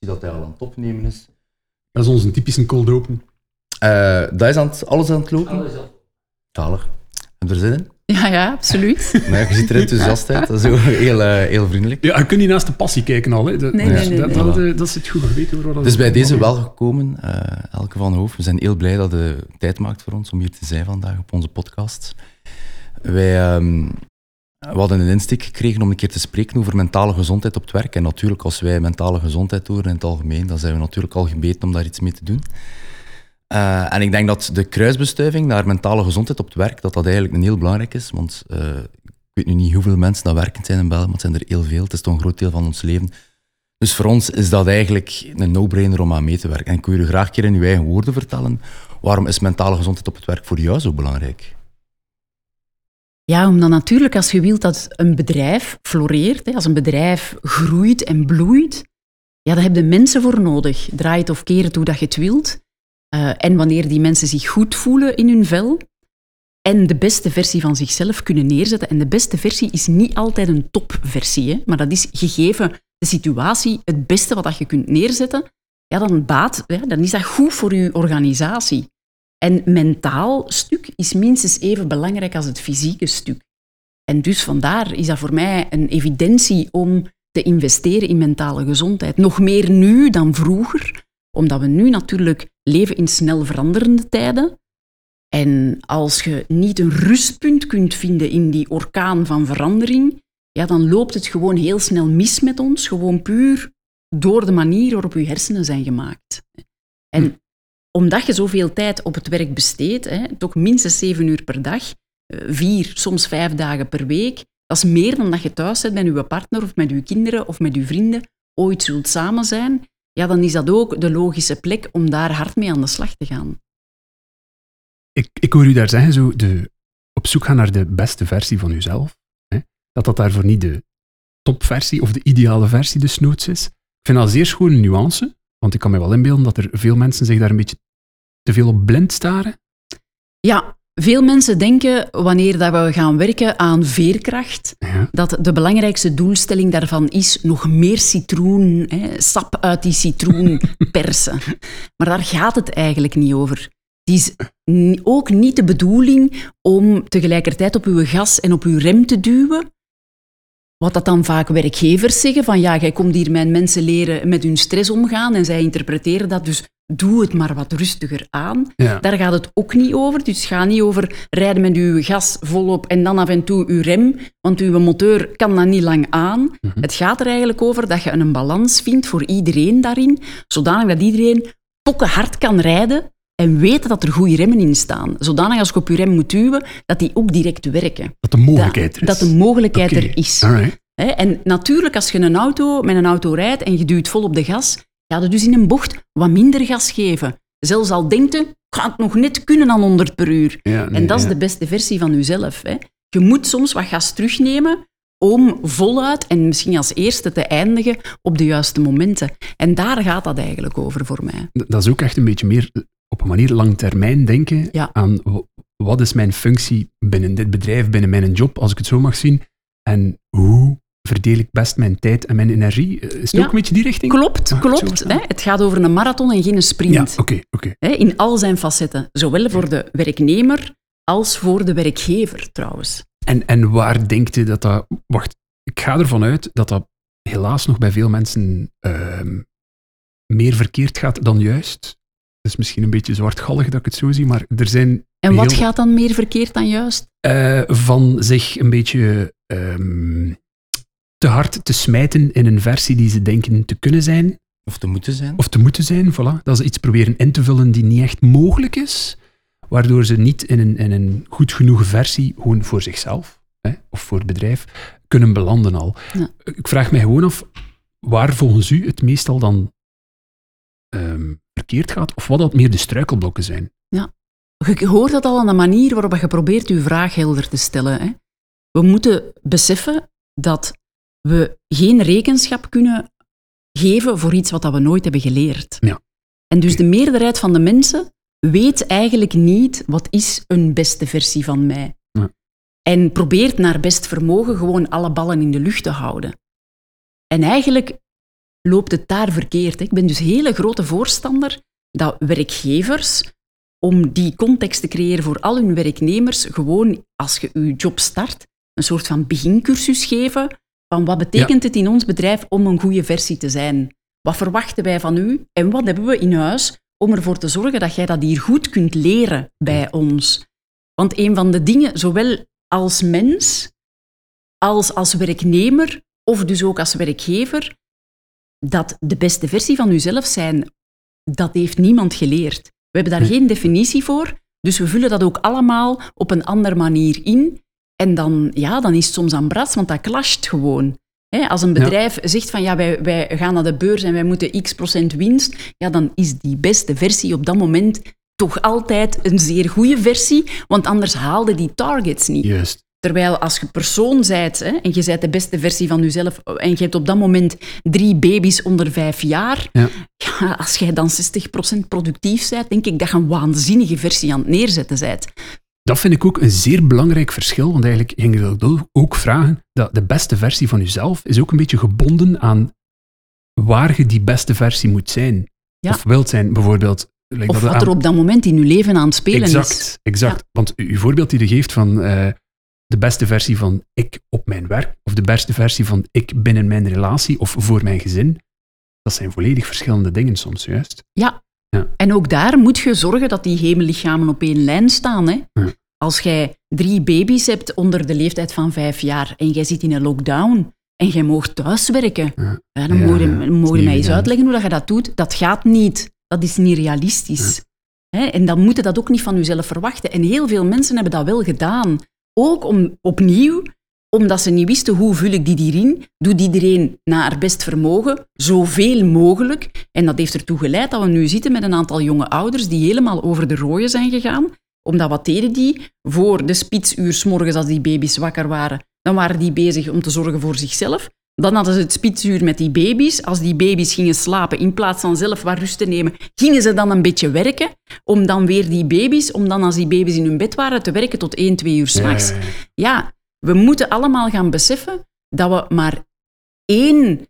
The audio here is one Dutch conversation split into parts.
zie dat hij al aan het opnemen is. Dat is onze typische cold open. Dat is alles aan het lopen? Zalig. Heb je er zin in? Ja, absoluut. Nee, je ziet er enthousiast uit. Dat is ook heel vriendelijk. Ja, je kunt niet naast de passie kijken al. Hè. Nee. Dat zit goed. We weten waar dat Dus bij deze wel gekomen, Elke van Hoof. We zijn heel blij dat je tijd maakt voor ons om hier te zijn vandaag op onze podcast. We hadden een insteek gekregen om een keer te spreken over mentale gezondheid op het werk. En natuurlijk, als wij mentale gezondheid horen in het algemeen, dan zijn we natuurlijk al gebeten om daar iets mee te doen. En ik denk dat de kruisbestuiving naar mentale gezondheid op het werk, dat eigenlijk een heel belangrijk is. Want ik weet nu niet hoeveel mensen dat werkend zijn in België, maar het zijn er heel veel. Het is toch een groot deel van ons leven. Dus voor ons is dat eigenlijk een no-brainer om aan mee te werken. En ik wil je graag een keer in uw eigen woorden vertellen, waarom is mentale gezondheid op het werk voor jou zo belangrijk? Ja, omdat natuurlijk als je wilt dat een bedrijf floreert, als een bedrijf groeit en bloeit, ja, daar heb je mensen voor nodig. Draai het of keer het hoe dat je het wilt. En wanneer die mensen zich goed voelen in hun vel en de beste versie van zichzelf kunnen neerzetten. En de beste versie is niet altijd een topversie, hè, maar dat is gegeven de situatie het beste wat je kunt neerzetten. Ja, dan is dat goed voor je organisatie. En mentaal stuk is minstens even belangrijk als het fysieke stuk. En dus vandaar is dat voor mij een evidentie om te investeren in mentale gezondheid. Nog meer nu dan vroeger, omdat we nu natuurlijk leven in snel veranderende tijden. En als je niet een rustpunt kunt vinden in die orkaan van verandering, ja, dan loopt het gewoon heel snel mis met ons, gewoon puur door de manier waarop je hersenen zijn gemaakt. En omdat je zoveel tijd op het werk besteedt, toch minstens 7 uur per dag, 4, soms 5 dagen per week, dat is meer dan dat je thuis zit met je partner of met je kinderen of met je vrienden, ooit zult samen zijn, ja, dan is dat ook de logische plek om daar hard mee aan de slag te gaan. Ik hoor u daar zeggen, op zoek gaan naar de beste versie van uzelf. Hè? Dat daarvoor niet de topversie of de ideale versie dus noods is. Ik vind dat zeer schone nuance, want ik kan me wel inbeelden dat er veel mensen zich daar een beetje te veel op blind staren. Ja, veel mensen denken, wanneer dat we gaan werken aan veerkracht, dat de belangrijkste doelstelling daarvan is nog meer citroen, sap uit die citroen persen. Maar daar gaat het eigenlijk niet over. Het is ook niet de bedoeling om tegelijkertijd op uw gas en op uw rem te duwen. Wat dat dan vaak werkgevers zeggen, van ja, jij komt hier mijn mensen leren met hun stress omgaan en zij interpreteren dat, dus doe het maar wat rustiger aan. Ja. Daar gaat het ook niet over. Dus het gaat niet over rijden met uw gas volop en dan af en toe uw rem, want uw motor kan dat niet lang aan. Mm-hmm. Het gaat er eigenlijk over dat je een balans vindt voor iedereen daarin, zodanig dat iedereen pokkenhard kan rijden en weten dat er goede remmen in staan. Zodanig als je op je rem moet duwen, dat die ook direct werken. Dat de mogelijkheid er is. Dat de mogelijkheid er is. En natuurlijk, als je met een auto rijdt en je duwt vol op de gas, ga je dus in een bocht wat minder gas geven. Zelfs al denkt je, gaat het nog net kunnen aan 100 per uur. Ja, nee, en dat is de beste versie van jezelf. Hè. Je moet soms wat gas terugnemen om voluit en misschien als eerste te eindigen op de juiste momenten. En daar gaat dat eigenlijk over voor mij. Dat is ook echt een beetje meer op een manier langtermijn denken aan wat is mijn functie binnen dit bedrijf, binnen mijn job, als ik het zo mag zien, en hoe verdeel ik best mijn tijd en mijn energie? Is het ook een beetje die richting? Klopt. Hè? Het gaat over een marathon en geen sprint. Ja, oké. In al zijn facetten. Zowel voor de werknemer als voor de werkgever, trouwens. En waar denkt u dat... Wacht, ik ga ervan uit dat dat helaas nog bij veel mensen meer verkeerd gaat dan juist. Het is misschien een beetje zwartgallig dat ik het zo zie, maar er zijn... En wat gaat dan meer verkeerd dan juist? Van zich een beetje te hard te smijten in een versie die ze denken te kunnen zijn. Of te moeten zijn. Voilà. Dat ze iets proberen in te vullen die niet echt mogelijk is, waardoor ze niet in een goed genoeg versie, gewoon voor zichzelf of voor het bedrijf, kunnen belanden al. Ja. Ik vraag mij gewoon af, waar volgens u het meestal dan verkeerd gaat, of wat dat meer de struikelblokken zijn. Ja. Je hoort dat al aan de manier waarop je probeert je vraag helder te stellen. Hè. We moeten beseffen dat we geen rekenschap kunnen geven voor iets wat we nooit hebben geleerd. Ja. En dus de meerderheid van de mensen weet eigenlijk niet wat is een beste versie van mij. Ja. En probeert naar best vermogen gewoon alle ballen in de lucht te houden. En eigenlijk loopt het daar verkeerd. Hè. Ik ben dus hele grote voorstander dat werkgevers, om die context te creëren voor al hun werknemers, gewoon als je je job start, een soort van begincursus geven van wat betekent het in ons bedrijf om een goede versie te zijn? Wat verwachten wij van u en wat hebben we in huis om ervoor te zorgen dat jij dat hier goed kunt leren bij ons? Want een van de dingen, zowel als mens, als werknemer, of dus ook als werkgever, dat de beste versie van uzelf zijn, dat heeft niemand geleerd. We hebben daar geen definitie voor, dus we vullen dat ook allemaal op een andere manier in. En dan is het soms aan brats, want dat clasht gewoon. Als een bedrijf zegt van wij gaan naar de beurs en wij moeten x% winst, dan is die beste versie op dat moment toch altijd een zeer goede versie, want anders haalde die targets niet. Juist. Terwijl als je persoon bent en je bent de beste versie van jezelf en je hebt op dat moment 3 baby's onder 5 jaar, als jij dan 60% productief bent, denk ik dat je een waanzinnige versie aan het neerzetten bent. Dat vind ik ook een zeer belangrijk verschil, want eigenlijk ging ik ook vragen dat de beste versie van jezelf is ook een beetje gebonden aan waar je die beste versie moet zijn. Ja. Of wilt zijn, bijvoorbeeld. Of wat er op dat moment in je leven aan het spelen is. Exact. Ja. Want uw voorbeeld die je geeft van de beste versie van ik op mijn werk, of de beste versie van ik binnen mijn relatie of voor mijn gezin, dat zijn volledig verschillende dingen soms, juist. Ja. En ook daar moet je zorgen dat die hemellichamen op één lijn staan. Hè? Ja. Als jij 3 baby's hebt onder de leeftijd van 5 jaar en jij zit in een lockdown en jij mag thuiswerken, dan moet je mij eens uitleggen hoe dat je dat doet. Dat gaat niet. Dat is niet realistisch. Ja. En dan moet je dat ook niet van jezelf verwachten. En heel veel mensen hebben dat wel gedaan. Ook opnieuw, omdat ze niet wisten hoe vul ik die hierin, doet iedereen naar haar best vermogen, zoveel mogelijk. En dat heeft ertoe geleid dat we nu zitten met een aantal jonge ouders die helemaal over de rooien zijn gegaan. Omdat wat deden die? Voor de spitsuur 's morgens als die baby's wakker waren, dan waren die bezig om te zorgen voor zichzelf. Dan hadden ze het spitsuur met die baby's. Als die baby's gingen slapen, in plaats van zelf wat rust te nemen, gingen ze dan een beetje werken, om dan weer die baby's, om dan als die baby's in hun bed waren, te werken tot 1, 2 uur 's nachts. Ja, we moeten allemaal gaan beseffen dat we maar 1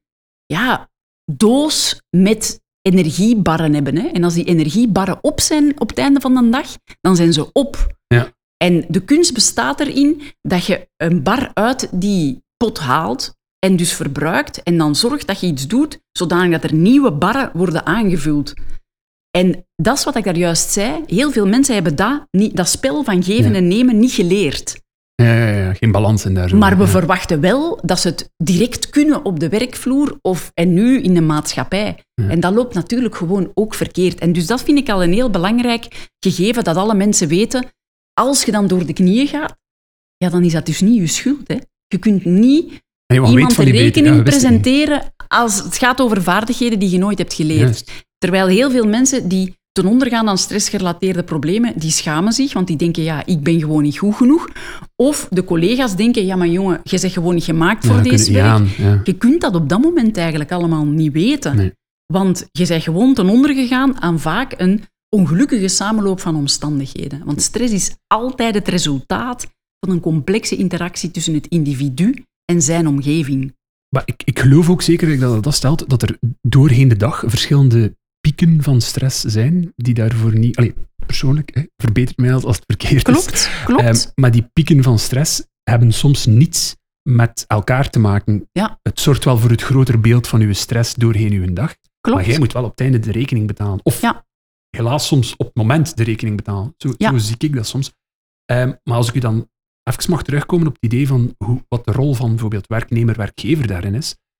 doos met energiebarren hebben. Hè? En als die energiebarren op zijn op het einde van de dag, dan zijn ze op. Ja. En de kunst bestaat erin dat je een bar uit die pot haalt en dus verbruikt en dan zorgt dat je iets doet zodanig dat er nieuwe barren worden aangevuld. En dat is wat ik daar juist zei. Heel veel mensen hebben dat spel van geven en nemen niet geleerd. Ja, geen balans in daar. Zo. Maar we verwachten wel dat ze het direct kunnen op de werkvloer en nu in de maatschappij. Ja. En dat loopt natuurlijk gewoon ook verkeerd. En dus dat vind ik al een heel belangrijk gegeven, dat alle mensen weten, als je dan door de knieën gaat, dan is dat dus niet je schuld. Hè. Je kunt niet iemand de rekening presenteren als het gaat over vaardigheden die je nooit hebt geleerd. Juist. Terwijl heel veel mensen die ten onder gaan aan stressgerelateerde problemen, die schamen zich, want die denken, ik ben gewoon niet goed genoeg. Of de collega's denken, maar jongen, je bent gewoon niet gemaakt voor deze werk. Je kunt dat op dat moment eigenlijk allemaal niet weten. Nee. Want je bent gewoon ten onder gegaan aan vaak een ongelukkige samenloop van omstandigheden. Want stress is altijd het resultaat van een complexe interactie tussen het individu en zijn omgeving. Maar ik geloof ook zeker dat stelt, dat er doorheen de dag verschillende pieken van stress zijn, die daarvoor niet... persoonlijk, verbetert mij als het verkeerd is. Klopt. Maar die pieken van stress hebben soms niets met elkaar te maken. Ja. Het zorgt wel voor het grotere beeld van uw stress doorheen uw dag. Klopt. Maar jij moet wel op het einde de rekening betalen. Of helaas soms op het moment de rekening betalen. Zo zie ik dat soms. Maar als ik u dan even mag terugkomen op het idee van wat de rol van bijvoorbeeld werknemer-werkgever daarin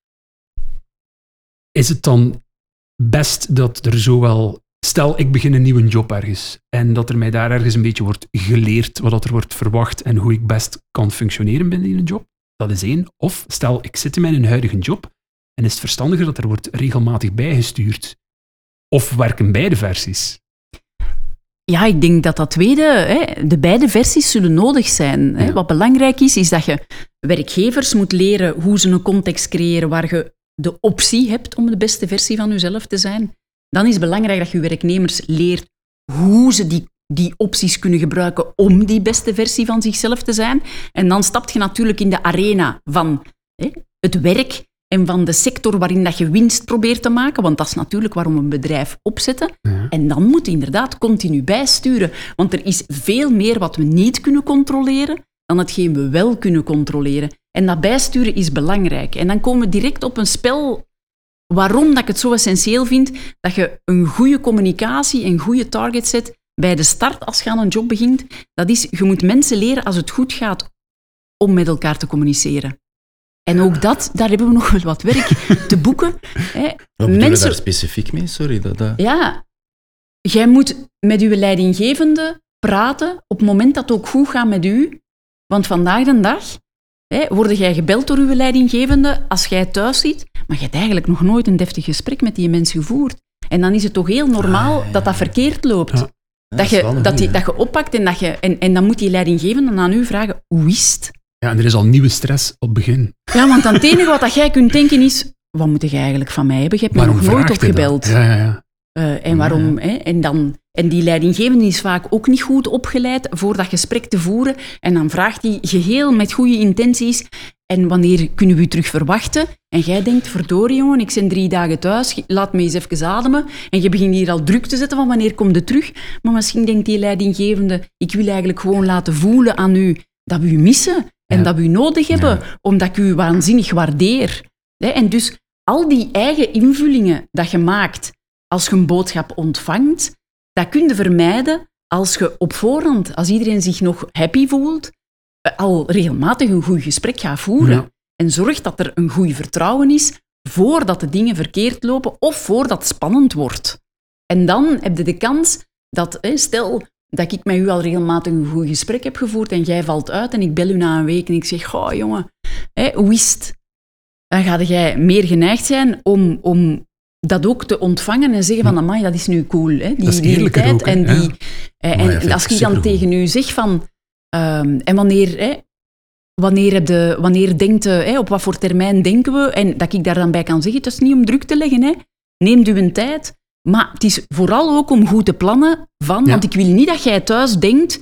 is het dan best dat er zowel... Stel, ik begin een nieuwe job ergens en dat er mij daar ergens een beetje wordt geleerd wat er wordt verwacht en hoe ik best kan functioneren binnen een job. Dat is 1. Of stel, ik zit in mijn huidige job en is het verstandiger dat er wordt regelmatig bijgestuurd. Of werken beide versies? Ja, ik denk dat tweede, de beide versies zullen nodig zijn. Ja. Wat belangrijk is dat je werkgevers moet leren hoe ze een context creëren waar je de optie hebt om de beste versie van jezelf te zijn. Dan is het belangrijk dat je werknemers leert hoe ze die opties kunnen gebruiken om die beste versie van zichzelf te zijn. En dan stap je natuurlijk in de arena van het werk en van de sector waarin dat je winst probeert te maken, want dat is natuurlijk waarom we een bedrijf opzetten. Ja. En dan moet je inderdaad continu bijsturen, want er is veel meer wat we niet kunnen controleren dan hetgeen we wel kunnen controleren. En dat bijsturen is belangrijk. En dan komen we direct op een spel. Waarom dat ik het zo essentieel vind dat je een goede communicatie en goede target zet bij de start als je aan een job begint. Dat is, je moet mensen leren als het goed gaat om met elkaar te communiceren. En ook daar hebben we nog wel wat werk te boeken. Wat bedoel je daar specifiek mee? Sorry. Ja, jij moet met je leidinggevende praten op het moment dat het ook goed gaat met u. Want vandaag de dag word jij gebeld door uw leidinggevende als jij thuis zit, maar je hebt eigenlijk nog nooit een deftig gesprek met die mens gevoerd. En dan is het toch heel normaal dat verkeerd loopt. Ja. Dat je oppakt en dan moet die leidinggevende aan u vragen, hoe is het? Ja, en er is al nieuwe stress op het begin. Ja, want dan het enige wat dat jij kunt denken is, wat moet jij eigenlijk van mij hebben? Je hebt mij nog nooit opgebeld. Ja. En waarom? En die leidinggevende is vaak ook niet goed opgeleid voor dat gesprek te voeren. En dan vraagt hij geheel met goede intenties. En wanneer kunnen we u terug verwachten? En jij denkt, verdorie jongen, ik ben 3 dagen thuis, laat me eens even ademen. En je begint hier al druk te zetten van wanneer komt je terug. Maar misschien denkt die leidinggevende, ik wil eigenlijk gewoon laten voelen aan u dat we u missen. En dat we u nodig hebben, omdat ik u waanzinnig waardeer. En dus al die eigen invullingen dat je maakt als je een boodschap ontvangt, dat kun je vermijden als je op voorhand, als iedereen zich nog happy voelt, al regelmatig een goed gesprek gaat voeren. Ja. En zorg dat er een goed vertrouwen is voordat de dingen verkeerd lopen of voordat het spannend wordt. En dan heb je de kans dat, stel dat ik met u al regelmatig een goed gesprek heb gevoerd en jij valt uit en ik bel u na een week en ik zeg, goh jongen, hoe is het? Dan ga jij meer geneigd zijn om dat ook te ontvangen en zeggen van, amai, dat is nu cool. Hè? Dat is eerlijker ook. En als ik dan tegen u zeg van... en wanneer denkt je, op wat voor termijn denken we? En dat ik daar dan bij kan zeggen, het is niet om druk te leggen. Hè? Neem u een tijd. Maar het is vooral ook om goed te plannen van... Want ik wil niet dat jij thuis denkt...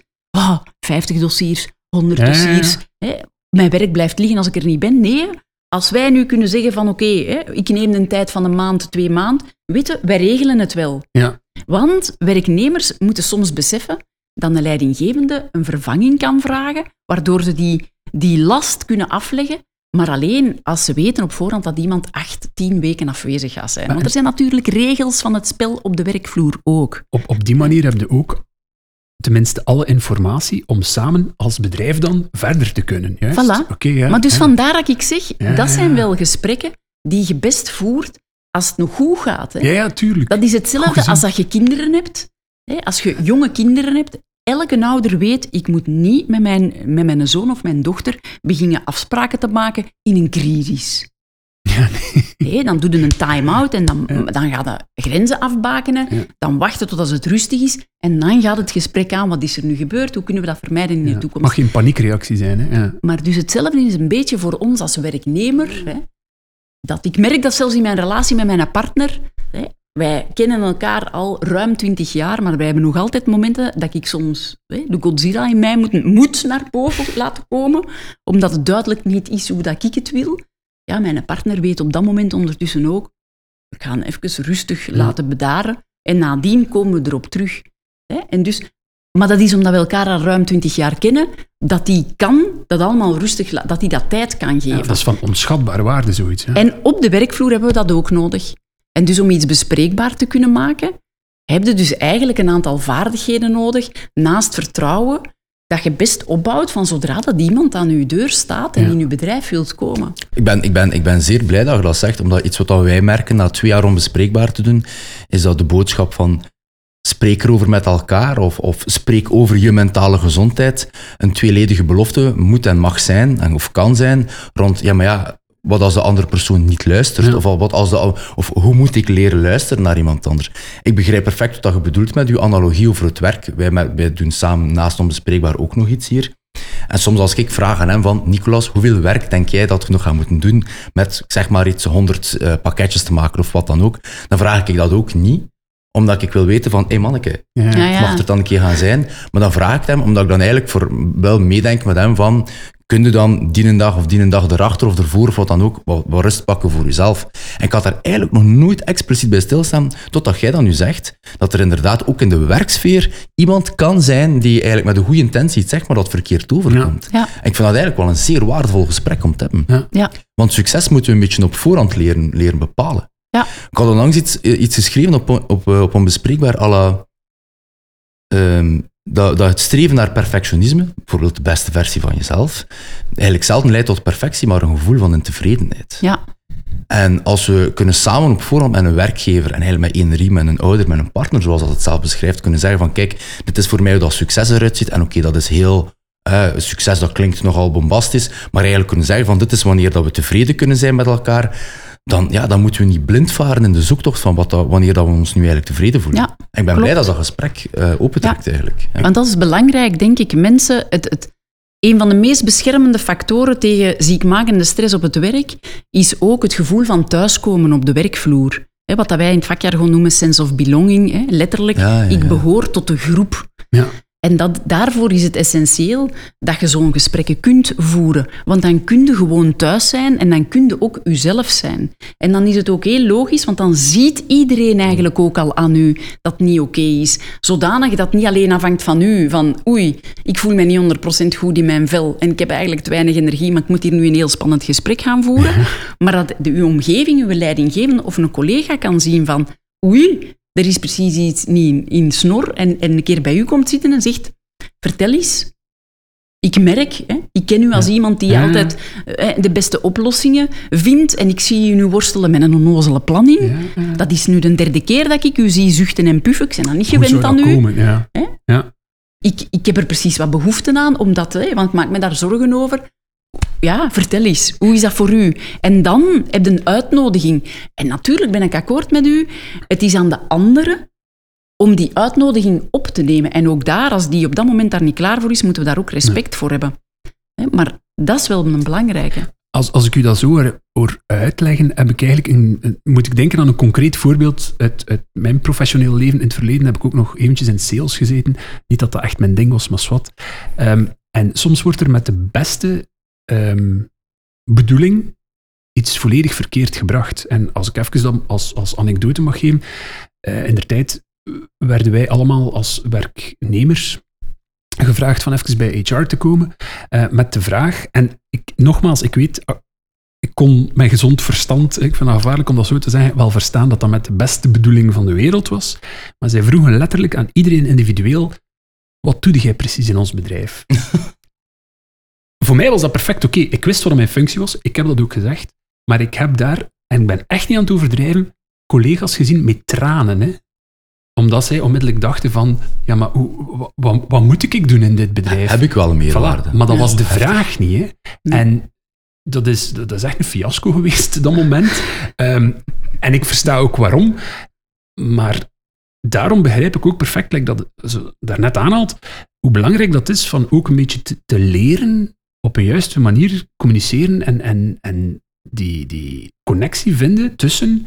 50 dossiers, 100 dossiers. Hè? Mijn werk blijft liggen als ik er niet ben. Nee, als wij nu kunnen zeggen van oké, ik neem een tijd van 1 maand, 2 maanden, weet je, wij regelen het wel. Ja. Want werknemers moeten soms beseffen dat een leidinggevende een vervanging kan vragen, waardoor ze die last kunnen afleggen, maar alleen als ze weten op voorhand dat iemand 8-10 weken afwezig gaat zijn. Want er zijn natuurlijk regels van het spel op de werkvloer ook. Op die manier heb je ook tenminste alle informatie om samen als bedrijf dan verder te kunnen. Juist? Voilà. Okay, maar dus vandaar dat ik zeg, dat zijn wel gesprekken die je best voert als het nog goed gaat. Hè. Ja, tuurlijk. Dat is hetzelfde als dat je kinderen hebt. Hè. Als je jonge kinderen hebt, elke ouder weet, ik moet niet met mijn zoon of mijn dochter beginnen afspraken te maken in een crisis. Ja, nee, dan doe je een time-out en dan gaat je grenzen afbakenen. Ja. Dan wachten totdat het rustig is en dan gaat het gesprek aan. Wat is er nu gebeurd? Hoe kunnen we dat vermijden in de toekomst? Het mag geen paniekreactie zijn. Hè? Ja. Maar dus hetzelfde is een beetje voor ons als werknemer. Hè, dat ik merk dat zelfs in mijn relatie met mijn partner... Hè, wij kennen elkaar al ruim 20 jaar, maar wij hebben nog altijd momenten dat ik soms de Godzilla in mij moet naar boven laten komen, omdat het duidelijk niet is hoe dat ik het wil. Ja, mijn partner weet op dat moment ondertussen ook, we gaan even rustig laten bedaren en nadien komen we erop terug. En dus, maar dat is omdat we elkaar al ruim 20 jaar kennen, dat die dat allemaal rustig, dat die dat tijd kan geven. Ja, dat is van onschatbare waarde, zoiets. Hè? En op de werkvloer hebben we dat ook nodig. En dus om iets bespreekbaar te kunnen maken, heb je dus eigenlijk een aantal vaardigheden nodig, naast vertrouwen, dat je best opbouwt van zodra dat iemand aan je deur staat en in je bedrijf wilt komen. Ik ben zeer blij dat je dat zegt, omdat iets wat wij merken na 2 jaar om bespreekbaar te doen, is dat de boodschap van spreek erover met elkaar of spreek over je mentale gezondheid een tweeledige belofte moet en mag zijn, of kan zijn, rond, wat als de andere persoon niet luistert? Ja. Of hoe moet ik leren luisteren naar iemand anders? Ik begrijp perfect wat je bedoelt met uw analogie over het werk. Wij doen samen naast Onbespreekbaar ook nog iets hier. En soms als ik vraag aan hem van, Nicolas, hoeveel werk denk jij dat we nog gaan moeten doen met, zeg maar iets, 100 pakketjes te maken of wat dan ook, dan vraag ik dat ook niet, omdat ik wil weten van, manneke, mag er dan een keer gaan zijn? Maar dan vraag ik hem, omdat ik dan eigenlijk wel meedenk met hem van, kun je dan die een dag erachter of ervoor of wat dan ook, wat rust pakken voor jezelf. En ik had daar eigenlijk nog nooit expliciet bij stilstaan, totdat jij dan nu zegt, dat er inderdaad ook in de werksfeer iemand kan zijn die eigenlijk met een goede intentie iets zegt, maar dat verkeerd overkomt. Ja. En ik vind dat eigenlijk wel een zeer waardevol gesprek om te hebben. Ja. Want succes moeten we een beetje op voorhand leren bepalen. Ja. Ik had onlangs iets geschreven op Onbespreekbaar à la... Dat het streven naar perfectionisme, bijvoorbeeld de beste versie van jezelf, eigenlijk zelden leidt tot perfectie, maar een gevoel van ontevredenheid. Ja. En als we kunnen samen op voorhand met een werkgever en eigenlijk met één riem, met een ouder, met een partner, zoals dat het zelf beschrijft, kunnen zeggen van kijk, dit is voor mij hoe dat succes eruit ziet en oké, dat is heel... succes, dat klinkt nogal bombastisch, maar eigenlijk kunnen zeggen van dit is wanneer dat we tevreden kunnen zijn met elkaar, dan moeten we niet blind varen in de zoektocht van wanneer dat we ons nu eigenlijk tevreden voelen. Ja, en ik ben blij dat dat gesprek opentrekt eigenlijk. Ja. Want dat is belangrijk, denk ik. Mensen, een van de meest beschermende factoren tegen ziekmakende stress op het werk is ook het gevoel van thuiskomen op de werkvloer. Wat dat wij in het vakjargon noemen sense of belonging. Letterlijk, ik behoor tot de groep. Ja. En daarvoor is het essentieel dat je zo'n gesprekken kunt voeren. Want dan kun je gewoon thuis zijn en dan kun je ook jezelf zijn. En dan is het ook heel logisch, want dan ziet iedereen eigenlijk ook al aan u dat het niet oké is. Zodanig dat het niet alleen afhangt van u, van oei, ik voel me niet 100% goed in mijn vel en ik heb eigenlijk te weinig energie, maar ik moet hier nu een heel spannend gesprek gaan voeren. Ja. Maar dat uw omgeving, uw leidinggevende of een collega kan zien van oei, er is precies iets niet in snor en een keer bij u komt zitten en zegt, vertel eens. Ik merk, ik ken u als iemand die altijd de beste oplossingen vindt en ik zie u nu worstelen met een onnozele planning. Ja. Dat is nu de 3e keer dat ik u zie zuchten en puffen. Ik ben dan niet gewend aan u. Ja. Ik heb er precies wat behoefte aan, want ik maak me daar zorgen over. Ja, vertel eens, hoe is dat voor u? En dan heb je een uitnodiging. En natuurlijk ben ik akkoord met u. Het is aan de anderen om die uitnodiging op te nemen. En ook daar, als die op dat moment daar niet klaar voor is, moeten we daar ook respect voor hebben. Maar dat is wel een belangrijke. Als ik u dat zo hoor uitleggen, heb ik eigenlijk moet ik denken aan een concreet voorbeeld uit mijn professionele leven. In het verleden heb ik ook nog eventjes in sales gezeten. Niet dat dat echt mijn ding was, maar zwart. En soms wordt er met de beste bedoeling iets volledig verkeerd gebracht. En als ik even dan als anekdote mag geven, indertijd werden wij allemaal als werknemers gevraagd van even bij HR te komen met de vraag, en ik weet, ik kon mijn gezond verstand, ik vind het gevaarlijk om dat zo te zeggen, wel verstaan dat dat met de beste bedoeling van de wereld was, maar zij vroegen letterlijk aan iedereen individueel, wat doe jij precies in ons bedrijf? Voor mij was dat perfect oké. Ik wist wat mijn functie was, ik heb dat ook gezegd, maar ik heb daar, en ik ben echt niet aan het overdrijven, collega's gezien met tranen, hè? Omdat zij onmiddellijk dachten van, ja, maar wat moet ik doen in dit bedrijf? Heb ik wel een meerwaarde? Voilà. Maar dat was de vraag niet, hè? Nee. En dat is echt een fiasco geweest, dat moment. En ik versta ook waarom, maar daarom begrijp ik ook perfect, like dat ze daarnet aanhaalt, hoe belangrijk dat is van ook een beetje te leren op een juiste manier communiceren en die connectie vinden tussen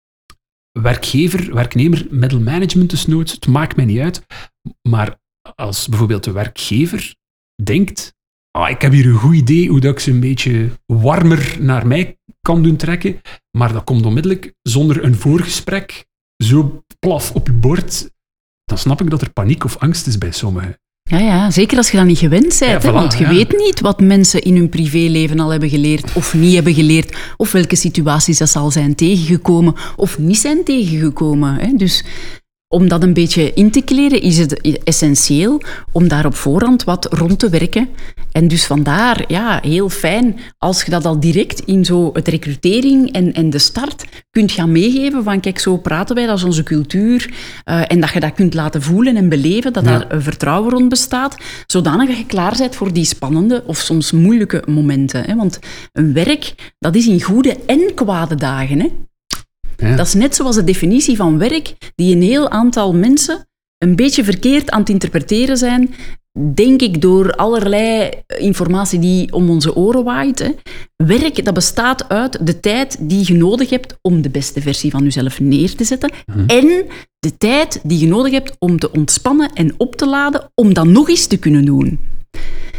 werkgever, werknemer, middelmanagement desnoods. Het maakt mij niet uit. Maar als bijvoorbeeld de werkgever denkt, ik heb hier een goed idee hoe dat ik ze een beetje warmer naar mij kan doen trekken, maar dat komt onmiddellijk zonder een voorgesprek zo plaf op je bord, dan snap ik dat er paniek of angst is bij sommigen. Ja, zeker als je dat niet gewend bent. Voilà, want je weet niet wat mensen in hun privéleven al hebben geleerd of niet hebben geleerd, of welke situaties dat ze al zijn tegengekomen of niet zijn tegengekomen. Dus om dat een beetje in te kleden is het essentieel om daar op voorhand wat rond te werken. En dus vandaar, heel fijn als je dat al direct in zo het recrutering en de start kunt gaan meegeven van kijk, zo praten wij, dat is onze cultuur. En dat je dat kunt laten voelen en beleven, dat daar een vertrouwen rond bestaat, zodanig dat je klaar bent voor die spannende of soms moeilijke momenten. Want een werk, dat is in goede en kwade dagen, hè. Ja. Dat is net zoals de definitie van werk, die een heel aantal mensen een beetje verkeerd aan het interpreteren zijn, denk ik, door allerlei informatie die om onze oren waait. Hè. Werk, dat bestaat uit de tijd die je nodig hebt om de beste versie van jezelf neer te zetten en de tijd die je nodig hebt om te ontspannen en op te laden, om dat nog eens te kunnen doen.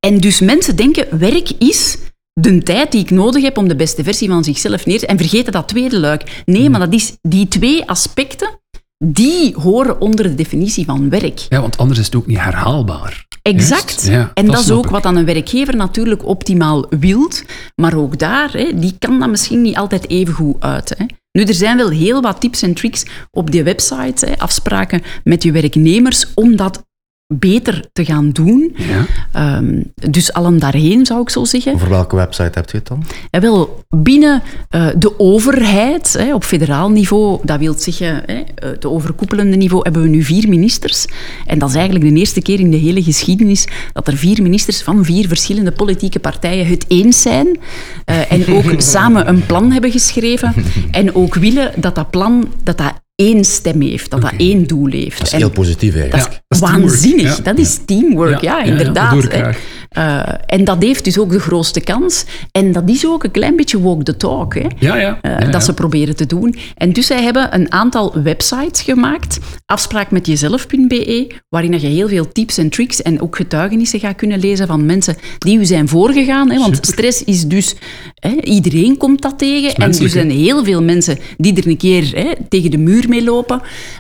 En dus mensen denken, werk is de tijd die ik nodig heb om de beste versie van zichzelf neer te zetten. En vergeten dat tweede luik. Nee, maar dat is die 2 aspecten, die horen onder de definitie van werk. Ja, want anders is het ook niet herhaalbaar. Exact. Ja, en dat is ook ik. wat dan een werkgever natuurlijk optimaal wilt. Maar ook daar, die kan dat misschien niet altijd even goed uit. Hè. Nu, er zijn wel heel wat tips en tricks op die website, afspraken met je werknemers, om dat beter te gaan doen. Ja. Dus allen daarheen, zou ik zo zeggen. Over welke website hebt u het dan? Wel, binnen de overheid, op federaal niveau, dat wil zeggen, het overkoepelende niveau, hebben we nu 4 ministers. En dat is eigenlijk de eerste keer in de hele geschiedenis dat er 4 ministers van 4 verschillende politieke partijen het eens zijn. En ook samen een plan hebben geschreven. En ook willen dat dat plan, dat één stem heeft, dat dat één doel heeft. Dat is heel positief eigenlijk. Dat is waanzinnig. Ja. Dat is teamwork, ja, inderdaad. Dat doe ik graag. En dat heeft dus ook de grootste kans. En dat is ook een klein beetje walk the talk, hè, dat ze proberen te doen. En dus zij hebben een aantal websites gemaakt, afspraakmetjezelf.be, waarin je heel veel tips en tricks en ook getuigenissen gaat kunnen lezen van mensen die u zijn voorgegaan. Hè, want stress is dus... iedereen komt dat tegen. En er zijn heel veel mensen die er een keer tegen de muur mee lopen.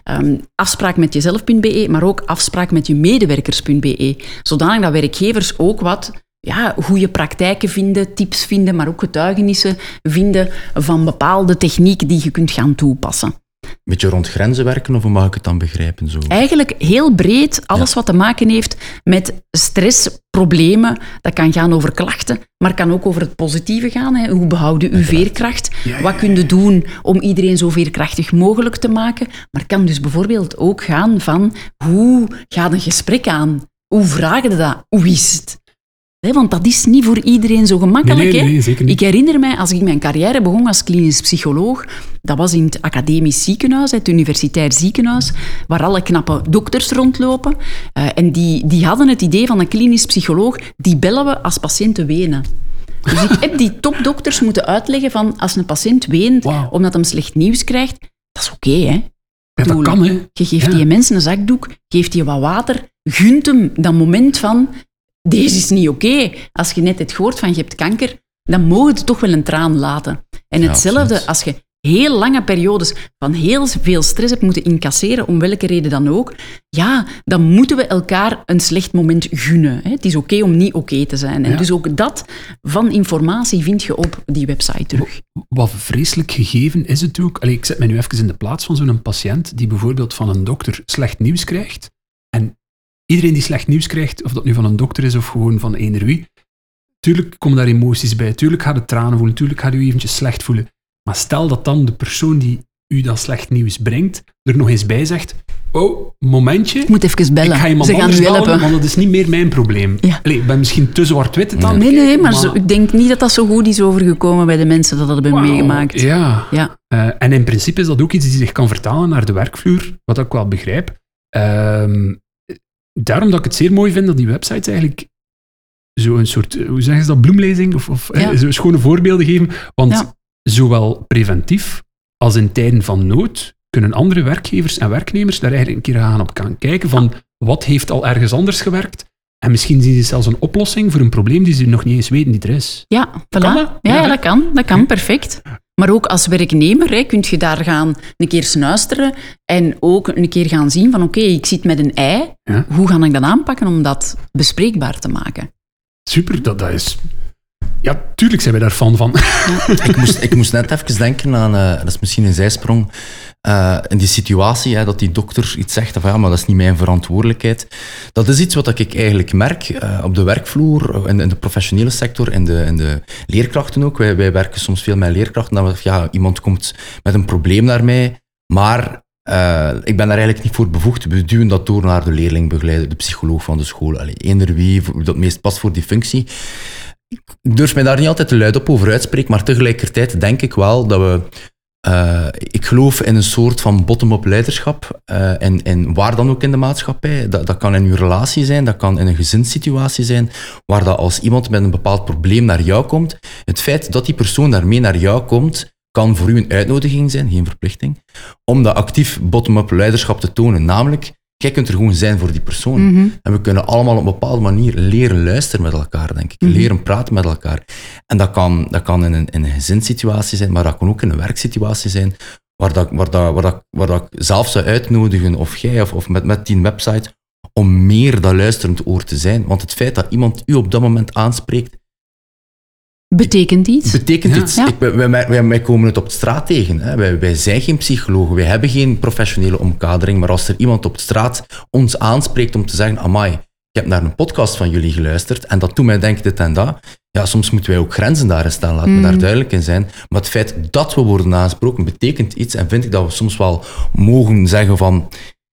Afspraakmetjezelf.be, maar ook afspraakmetjemedewerkers.be. Zodanig dat werkgevers ook wat goede praktijken vinden, tips vinden, maar ook getuigenissen vinden van bepaalde technieken die je kunt gaan toepassen. Beetje rond grenzen werken, of hoe mag ik het dan begrijpen? Zo? Eigenlijk heel breed, alles wat te maken heeft met stress, problemen. Dat kan gaan over klachten, maar kan ook over het positieve gaan. Hè. Hoe behoud je uw veerkracht? Wat kun je doen om iedereen zo veerkrachtig mogelijk te maken? Maar het kan dus bijvoorbeeld ook gaan van hoe gaat een gesprek aan? Hoe vraag je dat? Hoe is het? Want dat is niet voor iedereen zo gemakkelijk. Nee, zeker niet. Ik herinner mij, als ik mijn carrière begon als klinisch psycholoog, dat was in het academisch ziekenhuis, het universitair ziekenhuis, waar alle knappe dokters rondlopen. En die hadden het idee van een klinisch psycholoog, die bellen we als patiënten wenen. Dus ik heb die topdokters moeten uitleggen van, als een patiënt weent omdat hij slecht nieuws krijgt, dat is oké, hè. Ja, dat kan, hè. Je geeft die mensen een zakdoek, geeft die wat water, gunt hem dat moment van... Deze is niet oké. Als je net het gehoord van je hebt kanker, dan mogen je toch wel een traan laten. En hetzelfde, als je heel lange periodes van heel veel stress hebt moeten incasseren, om welke reden dan ook, dan moeten we elkaar een slecht moment gunnen. Het is oké om niet oké te zijn. En dus ook dat van informatie vind je op die website terug. Wat vreselijk gegeven is het ook. Ik zet mij nu even in de plaats van zo'n patiënt die bijvoorbeeld van een dokter slecht nieuws krijgt. En iedereen die slecht nieuws krijgt, of dat nu van een dokter is of gewoon van eender wie, tuurlijk komen daar emoties bij, tuurlijk gaat het tranen voelen, tuurlijk gaat u eventjes slecht voelen. Maar stel dat dan de persoon die u dat slecht nieuws brengt, er nog eens bij zegt, momentje, ik moet even bellen. Ik ga iemand Ze gaan anders u bellen, helpen. want dat is niet meer mijn probleem. Ja. Ik ben misschien te zwart-wit. Nee, maar ik denk niet dat dat zo goed is overgekomen bij de mensen dat hebben meegemaakt. Ja. En in principe is dat ook iets die zich kan vertalen naar de werkvloer, wat ik wel begrijp. Daarom dat ik het zeer mooi vind dat die websites eigenlijk zo'n soort, hoe zeggen ze dat, bloemlezing of zo schone voorbeelden geven. Want zowel preventief als in tijden van nood kunnen andere werkgevers en werknemers daar eigenlijk een keer gaan op gaan kijken van wat heeft al ergens anders gewerkt. En misschien zien ze zelfs een oplossing voor een probleem die ze nog niet eens weten die er is. Ja, voilà. Kan dat? Ja, dat kan, perfect. Maar ook als werknemer kun je daar gaan een keer snuisteren en ook een keer gaan zien van oké, ik zit met een ei. Ja. Hoe ga ik dat aanpakken om dat bespreekbaar te maken? Super, dat is... Ja, tuurlijk zijn wij daar fan van. Ik moest net even denken aan, dat is misschien een zijsprong, in die situatie, dat die dokter iets zegt van maar dat is niet mijn verantwoordelijkheid. Dat is iets wat ik eigenlijk merk op de werkvloer, in de professionele sector, in de leerkrachten ook. Wij werken soms veel met leerkrachten, dat iemand komt met een probleem naar mij, maar ik ben daar eigenlijk niet voor bevoegd. We duwen dat door naar de leerlingbegeleider, de psycholoog van de school, eender wie dat meest past voor die functie. Ik durf mij daar niet altijd te luid op over uitspreken, maar tegelijkertijd denk ik wel dat we... ik geloof in een soort van bottom-up leiderschap en waar dan ook in de maatschappij. Dat kan in uw relatie zijn, dat kan in een gezinssituatie zijn, waar dat als iemand met een bepaald probleem naar jou komt, het feit dat die persoon daarmee naar jou komt, kan voor u een uitnodiging zijn, geen verplichting, om dat actief bottom-up leiderschap te tonen. Namelijk, Jij kunt er gewoon zijn voor die persoon. En we kunnen allemaal op een bepaalde manier leren luisteren met elkaar, denk ik. Leren praten met elkaar. En dat kan in een gezinssituatie zijn, maar dat kan ook in een werksituatie zijn, waar dat ik zelf zou uitnodigen, of jij, of met die website, om meer dat luisterend oor te zijn. Want het feit dat iemand u op dat moment aanspreekt, betekent iets. Ja. Wij komen het op de straat tegen. Hè. Wij zijn geen psychologen, wij hebben geen professionele omkadering, maar als er iemand op de straat ons aanspreekt om te zeggen, amai, ik heb naar een podcast van jullie geluisterd en dat doet mij denken dit en dat. Ja, soms moeten wij ook grenzen daarin stellen, laat me daar duidelijk in zijn. Maar het feit dat we worden aangesproken betekent iets en vind ik dat we soms wel mogen zeggen van,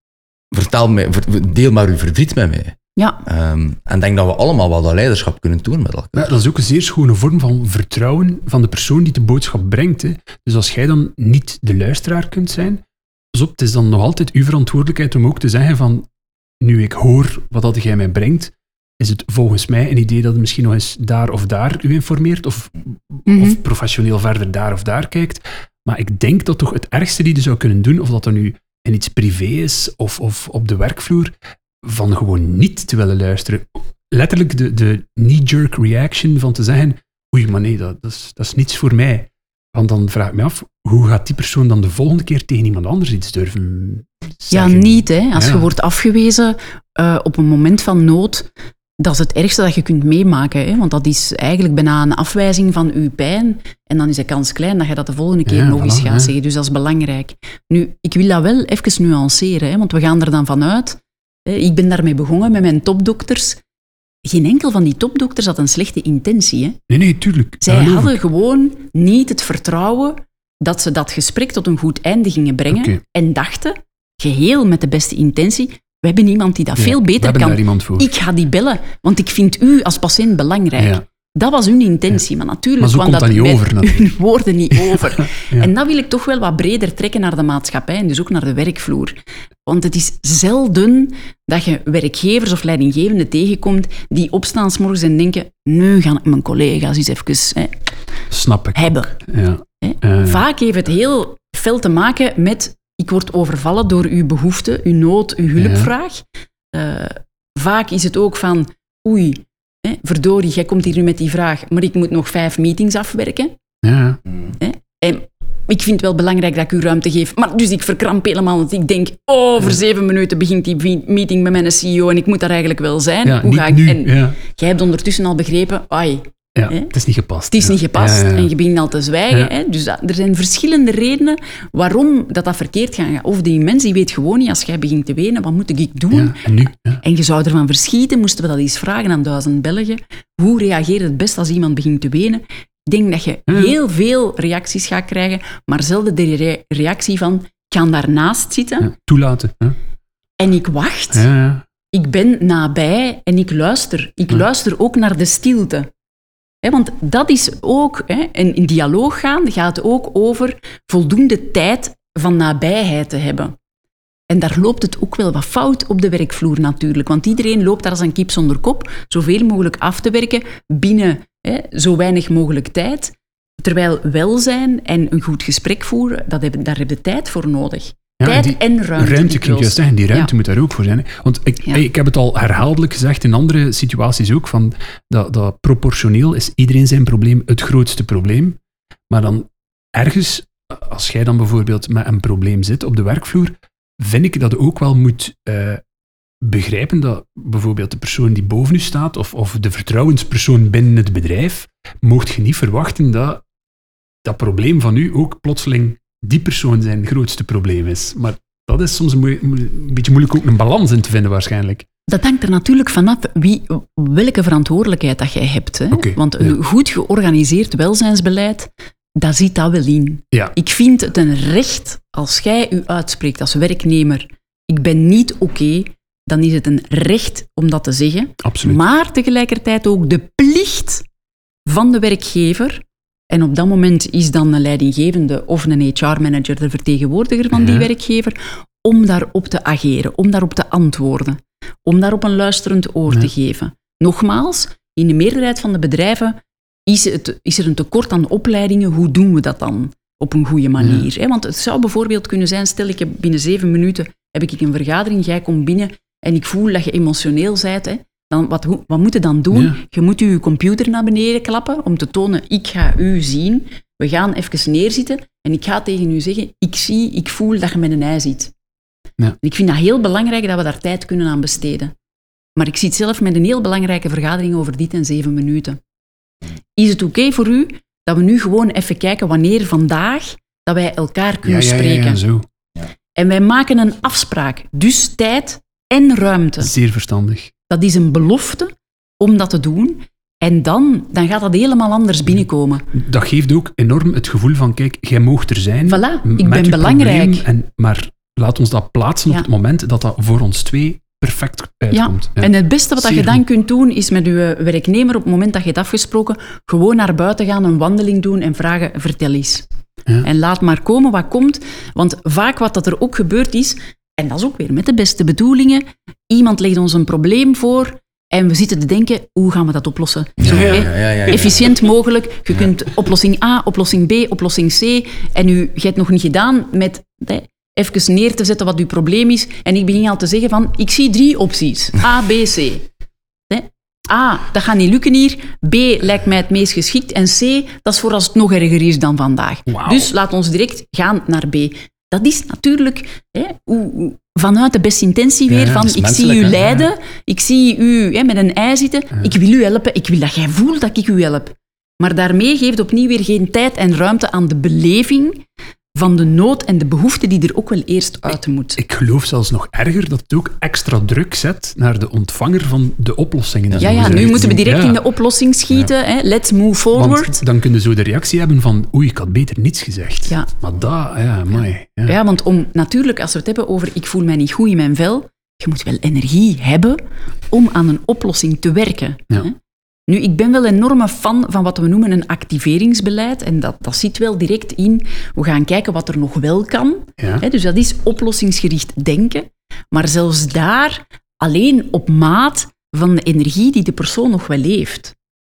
deel maar uw verdriet met mij. Ja. En denk dat we allemaal wel dat leiderschap kunnen doen met elkaar. Ja, dat is ook een zeer schone vorm van vertrouwen van de persoon die de boodschap brengt. Hè. Dus als jij dan niet de luisteraar kunt zijn, pas op, het is dan nog altijd uw verantwoordelijkheid om ook te zeggen van, nu ik hoor wat jij mij brengt, is het volgens mij een idee dat het misschien nog eens daar of daar u informeert, of professioneel verder daar of daar kijkt. Maar ik denk dat toch het ergste die je zou kunnen doen, of dat er nu in iets privé is, of op de werkvloer, van gewoon niet te willen luisteren. Letterlijk de knee-jerk reaction van te zeggen, oei, maar nee, dat is niets voor mij. Want dan vraag ik me af, hoe gaat die persoon dan de volgende keer tegen iemand anders iets durven zeggen? Ja, niet. Hè. Als je wordt afgewezen op een moment van nood, dat is het ergste dat je kunt meemaken. Hè. Want dat is eigenlijk bijna een afwijzing van je pijn. En dan is de kans klein dat je dat de volgende keer nog eens gaat zeggen. Dus dat is belangrijk. Nu, ik wil dat wel even nuanceren, hè, want we gaan er dan vanuit. Ik ben daarmee begonnen met mijn topdokters. Geen enkel van die topdokters had een slechte intentie. Hè. Nee, tuurlijk. Zij hadden gewoon niet het vertrouwen dat ze dat gesprek tot een goed einde gingen brengen. En dachten, geheel met de beste intentie, we hebben iemand die dat veel beter kan. Ik ga die bellen, want ik vind u als patiënt belangrijk. Ja. Dat was hun intentie, maar natuurlijk maar zo kwam dat niet over, hun woorden niet over. En dat wil ik toch wel wat breder trekken naar de maatschappij en dus ook naar de werkvloer. Want het is zelden dat je werkgevers of leidinggevenden tegenkomt die opstaan 's morgens en denken, nu gaan mijn collega's eens even snap ik hebben. Ja. Vaak heeft het heel veel te maken met, ik word overvallen door uw behoefte, uw nood, uw hulpvraag. Vaak is het ook van, oei, verdorie, jij komt hier nu met die vraag, maar ik moet nog 5 meetings afwerken. Ja. En ik vind het wel belangrijk dat ik u ruimte geef, maar dus ik verkramp helemaal, want ik denk, over 7 minuten begint die meeting met mijn CEO en ik moet daar eigenlijk wel zijn. Ja, hoe ga ik? Nu, en jij hebt ondertussen al begrepen, het is niet gepast. Het is niet gepast en je begint al te zwijgen. Ja. Dus er zijn verschillende redenen waarom dat verkeerd gaat. Of die mens die weet gewoon niet, als jij begint te wenen, wat moet ik doen? Ja, en nu? Ja. En je zou ervan verschieten, moesten we dat eens vragen aan 1000 Belgen. Hoe reageert het best als iemand begint te wenen? Ik denk dat je heel veel reacties gaat krijgen, maar zelden de reactie van, ik ga daarnaast zitten. Ja, toelaten. Ja. En ik wacht. Ja. Ik ben nabij en ik luister. Ik luister ook naar de stilte. Want dat is ook, in dialoog gaan gaat ook over voldoende tijd van nabijheid te hebben. En daar loopt het ook wel wat fout op de werkvloer natuurlijk, want iedereen loopt daar als een kip zonder kop, zoveel mogelijk af te werken binnen zo weinig mogelijk tijd. Terwijl welzijn en een goed gesprek voeren, daar heb je tijd voor nodig. Tijd en ruimte. Ruimte kun je juist zeggen, die ruimte moet daar ook voor zijn. Hè? Want ik heb het al herhaaldelijk gezegd in andere situaties ook, van dat proportioneel is iedereen zijn probleem het grootste probleem. Maar dan ergens, als jij dan bijvoorbeeld met een probleem zit op de werkvloer, vind ik dat je ook wel moet begrijpen dat bijvoorbeeld de persoon die boven u staat, of de vertrouwenspersoon binnen het bedrijf, mocht je niet verwachten dat dat probleem van u ook plotseling die persoon zijn grootste probleem is. Maar dat is soms een beetje moeilijk ook een balans in te vinden waarschijnlijk. Dat hangt er natuurlijk vanaf welke verantwoordelijkheid dat jij hebt. Hè? Okay, Want een goed georganiseerd welzijnsbeleid, daar zit dat wel in. Ja. Ik vind het een recht, als jij u uitspreekt als werknemer, ik ben niet oké, dan is het een recht om dat te zeggen. Absoluut. Maar tegelijkertijd ook de plicht van de werkgever. En op dat moment is dan een leidinggevende of een HR-manager de vertegenwoordiger van die werkgever, om daarop te ageren, om daarop te antwoorden, om daarop een luisterend oor te geven. Nogmaals, in de meerderheid van de bedrijven is er een tekort aan opleidingen. Hoe doen we dat dan op een goede manier? Want het zou bijvoorbeeld kunnen zijn, stel ik heb binnen 7 minuten heb ik een vergadering, jij komt binnen en ik voel dat je emotioneel bent, hè, dan, wat moet je dan doen? Ja. Je moet je computer naar beneden klappen om te tonen, ik ga u zien. We gaan even neerzitten en ik ga tegen u zeggen, ik voel dat je met een ei zit. Ja. En ik vind dat heel belangrijk dat we daar tijd kunnen aan besteden. Maar ik zit zelf met een heel belangrijke vergadering over dit in 7 minuten. Is het oké voor u dat we nu gewoon even kijken wanneer vandaag dat wij elkaar kunnen spreken? Ja, zo. En wij maken een afspraak. Dus tijd en ruimte. Zeer verstandig. Dat is een belofte om dat te doen. En dan gaat dat helemaal anders binnenkomen. Dat geeft ook enorm het gevoel van, kijk, jij moogt er zijn. Voilà, ik met ben je belangrijk. probleem, maar laat ons dat plaatsen op het moment dat voor ons twee perfect uitkomt. Ja. En het beste wat je Zeer dan goed. kunt doen, is met je werknemer op het moment dat je het afgesproken, gewoon naar buiten gaan, een wandeling doen en vragen, vertel eens. Ja. En laat maar komen wat komt. Want vaak wat dat er ook gebeurd is, en dat is ook weer met de beste bedoelingen, iemand legt ons een probleem voor en we zitten te denken, hoe gaan we dat oplossen? Zo efficiënt mogelijk. Je kunt oplossing A, oplossing B, oplossing C. En je hebt nog niet gedaan met even neer te zetten wat uw probleem is. En ik begin al te zeggen van, ik zie 3 opties. A, B, C. A, dat gaat niet lukken hier. B, lijkt mij het meest geschikt. En C, dat is voor als het nog erger is dan vandaag. Wauw. Dus laat ons direct gaan naar B. Dat is natuurlijk vanuit de beste intentie weer van, dat is ik zie menselijk, u hè? lijden, ik zie u met een ei zitten, ik wil u helpen, ik wil dat jij voelt dat ik u help. Maar daarmee geeft opnieuw weer geen tijd en ruimte aan de beleving van de nood en de behoefte die er ook wel eerst uit moet. Ik geloof zelfs nog erger dat het ook extra druk zet naar de ontvanger van de oplossingen. Ja, nu moeten we direct in de oplossing schieten. Hè. Let's move forward. Want dan kun je zo de reactie hebben van oei, ik had beter niets gezegd. Ja. Maar dat, amai. Ja. Ja, want natuurlijk, als we het hebben over ik voel mij niet goed in mijn vel, je moet wel energie hebben om aan een oplossing te werken. Ja. Hè. Nu, ik ben wel een enorme fan van wat we noemen een activeringsbeleid. En dat zit wel direct in, we gaan kijken wat er nog wel kan. Ja. Hè, dus dat is oplossingsgericht denken. Maar zelfs daar alleen op maat van de energie die de persoon nog wel heeft.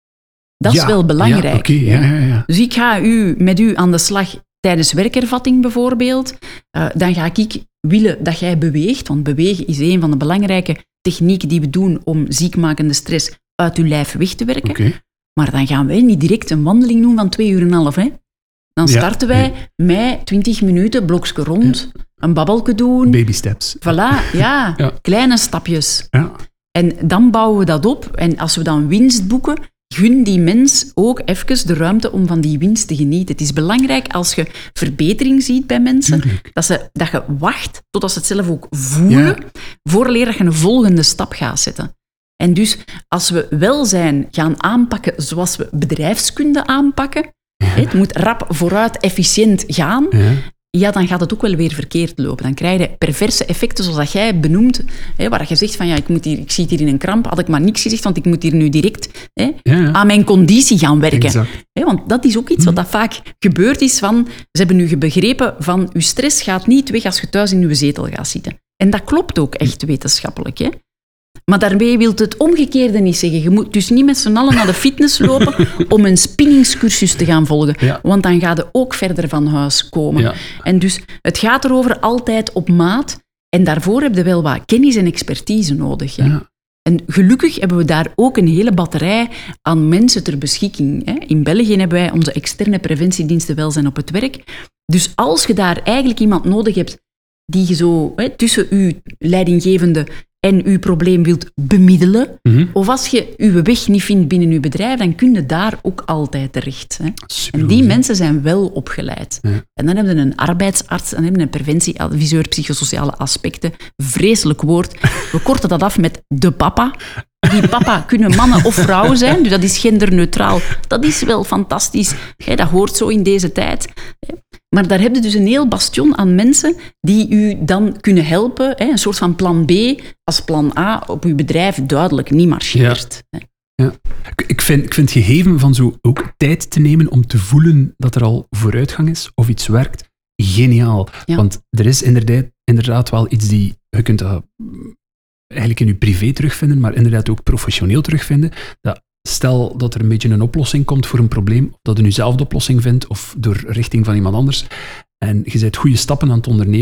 Dat is wel belangrijk. Ja, oké, ja. Dus ik ga met u aan de slag tijdens werkervatting bijvoorbeeld. Dan ga ik willen dat jij beweegt, want bewegen is een van de belangrijke technieken die we doen om ziekmakende stress uit uw lijf weg te werken. Oké. Maar dan gaan wij niet direct een wandeling doen van 2,5 uur. Hè? Dan starten wij met 20 minuten, blokje rond, een babbelke doen. Baby steps. Voilà, ja. Ja. Kleine stapjes. Ja. En dan bouwen we dat op. En als we dan winst boeken, gun die mens ook even de ruimte om van die winst te genieten. Het is belangrijk als je verbetering ziet bij mensen, Tuurlijk. dat je wacht totdat ze het zelf ook voelen, vooraleer dat je een volgende stap gaat zetten. En dus als we welzijn gaan aanpakken zoals we bedrijfskunde aanpakken, het moet rap vooruit, efficiënt gaan, dan gaat het ook wel weer verkeerd lopen. Dan krijg je perverse effecten zoals dat jij benoemt, waar je zegt van ik zit hier in een kramp, had ik maar niks gezegd, want ik moet hier nu direct aan mijn conditie gaan werken. Exact. Want dat is ook iets wat dat vaak gebeurd is van, ze hebben nu begrepen van, je stress gaat niet weg als je thuis in je zetel gaat zitten. En dat klopt ook echt wetenschappelijk, hè. Maar daarmee wil het omgekeerde niet zeggen. Je moet dus niet met z'n allen naar de fitness lopen om een spinningscursus te gaan volgen. Ja. Want dan ga je ook verder van huis komen. Ja. En dus het gaat erover altijd op maat. En daarvoor heb je wel wat kennis en expertise nodig. Hè? Ja. En gelukkig hebben we daar ook een hele batterij aan mensen ter beschikking. Hè? In België hebben wij onze externe preventiediensten welzijn op het werk. Dus als je daar eigenlijk iemand nodig hebt die je zo tussen uw leidinggevende en uw probleem wilt bemiddelen, of als je uw weg niet vindt binnen uw bedrijf, dan kun je daar ook altijd terecht. Hè. En die mensen zijn wel opgeleid. Ja. En dan hebben we een arbeidsarts, dan hebben we een preventieadviseur, psychosociale aspecten. Vreselijk woord. We korten dat af met de papa. Die papa kunnen mannen of vrouwen zijn, dus dat is genderneutraal. Dat is wel fantastisch. Hè, dat hoort zo in deze tijd. Maar daar heb je dus een heel bastion aan mensen die u dan kunnen helpen. Hè, een soort van plan B, als plan A op uw bedrijf duidelijk niet marcheert. Ja. Ja. Ik vind het gegeven van zo ook tijd te nemen om te voelen dat er al vooruitgang is of iets werkt, geniaal. Ja. Want er is inderdaad wel iets die... Je kunt dat eigenlijk in je privé terugvinden, maar inderdaad ook professioneel terugvinden. Dat stel dat er een beetje een oplossing komt voor een probleem, of dat je nu zelf de oplossing vindt, of door richting van iemand anders, en je bent goede stappen aan het ondernemen,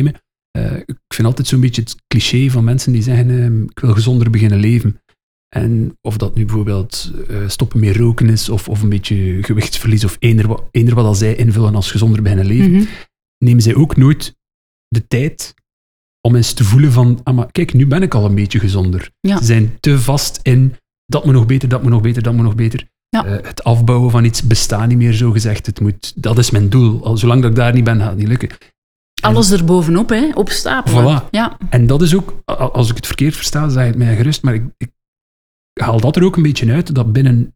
Ik vind altijd zo'n beetje het cliché van mensen die zeggen, ik wil gezonder beginnen leven. En of dat nu bijvoorbeeld stoppen met roken is, of een beetje gewichtsverlies, of eender wat als zij invullen als gezonder beginnen leven, nemen zij ook nooit de tijd om eens te voelen van, maar kijk, nu ben ik al een beetje gezonder. Ja. Ze zijn te vast in, dat moet nog beter, dat moet nog beter, dat moet nog beter. Ja. Het afbouwen van iets bestaat niet meer, zo gezegd. Dat is mijn doel. Zolang dat ik daar niet ben, gaat het niet lukken. Alles erbovenop, hè, opstapelen. Voilà. Ja. En dat is ook, als ik het verkeerd versta, zeg het mij gerust, maar ik haal dat er ook een beetje uit, dat binnen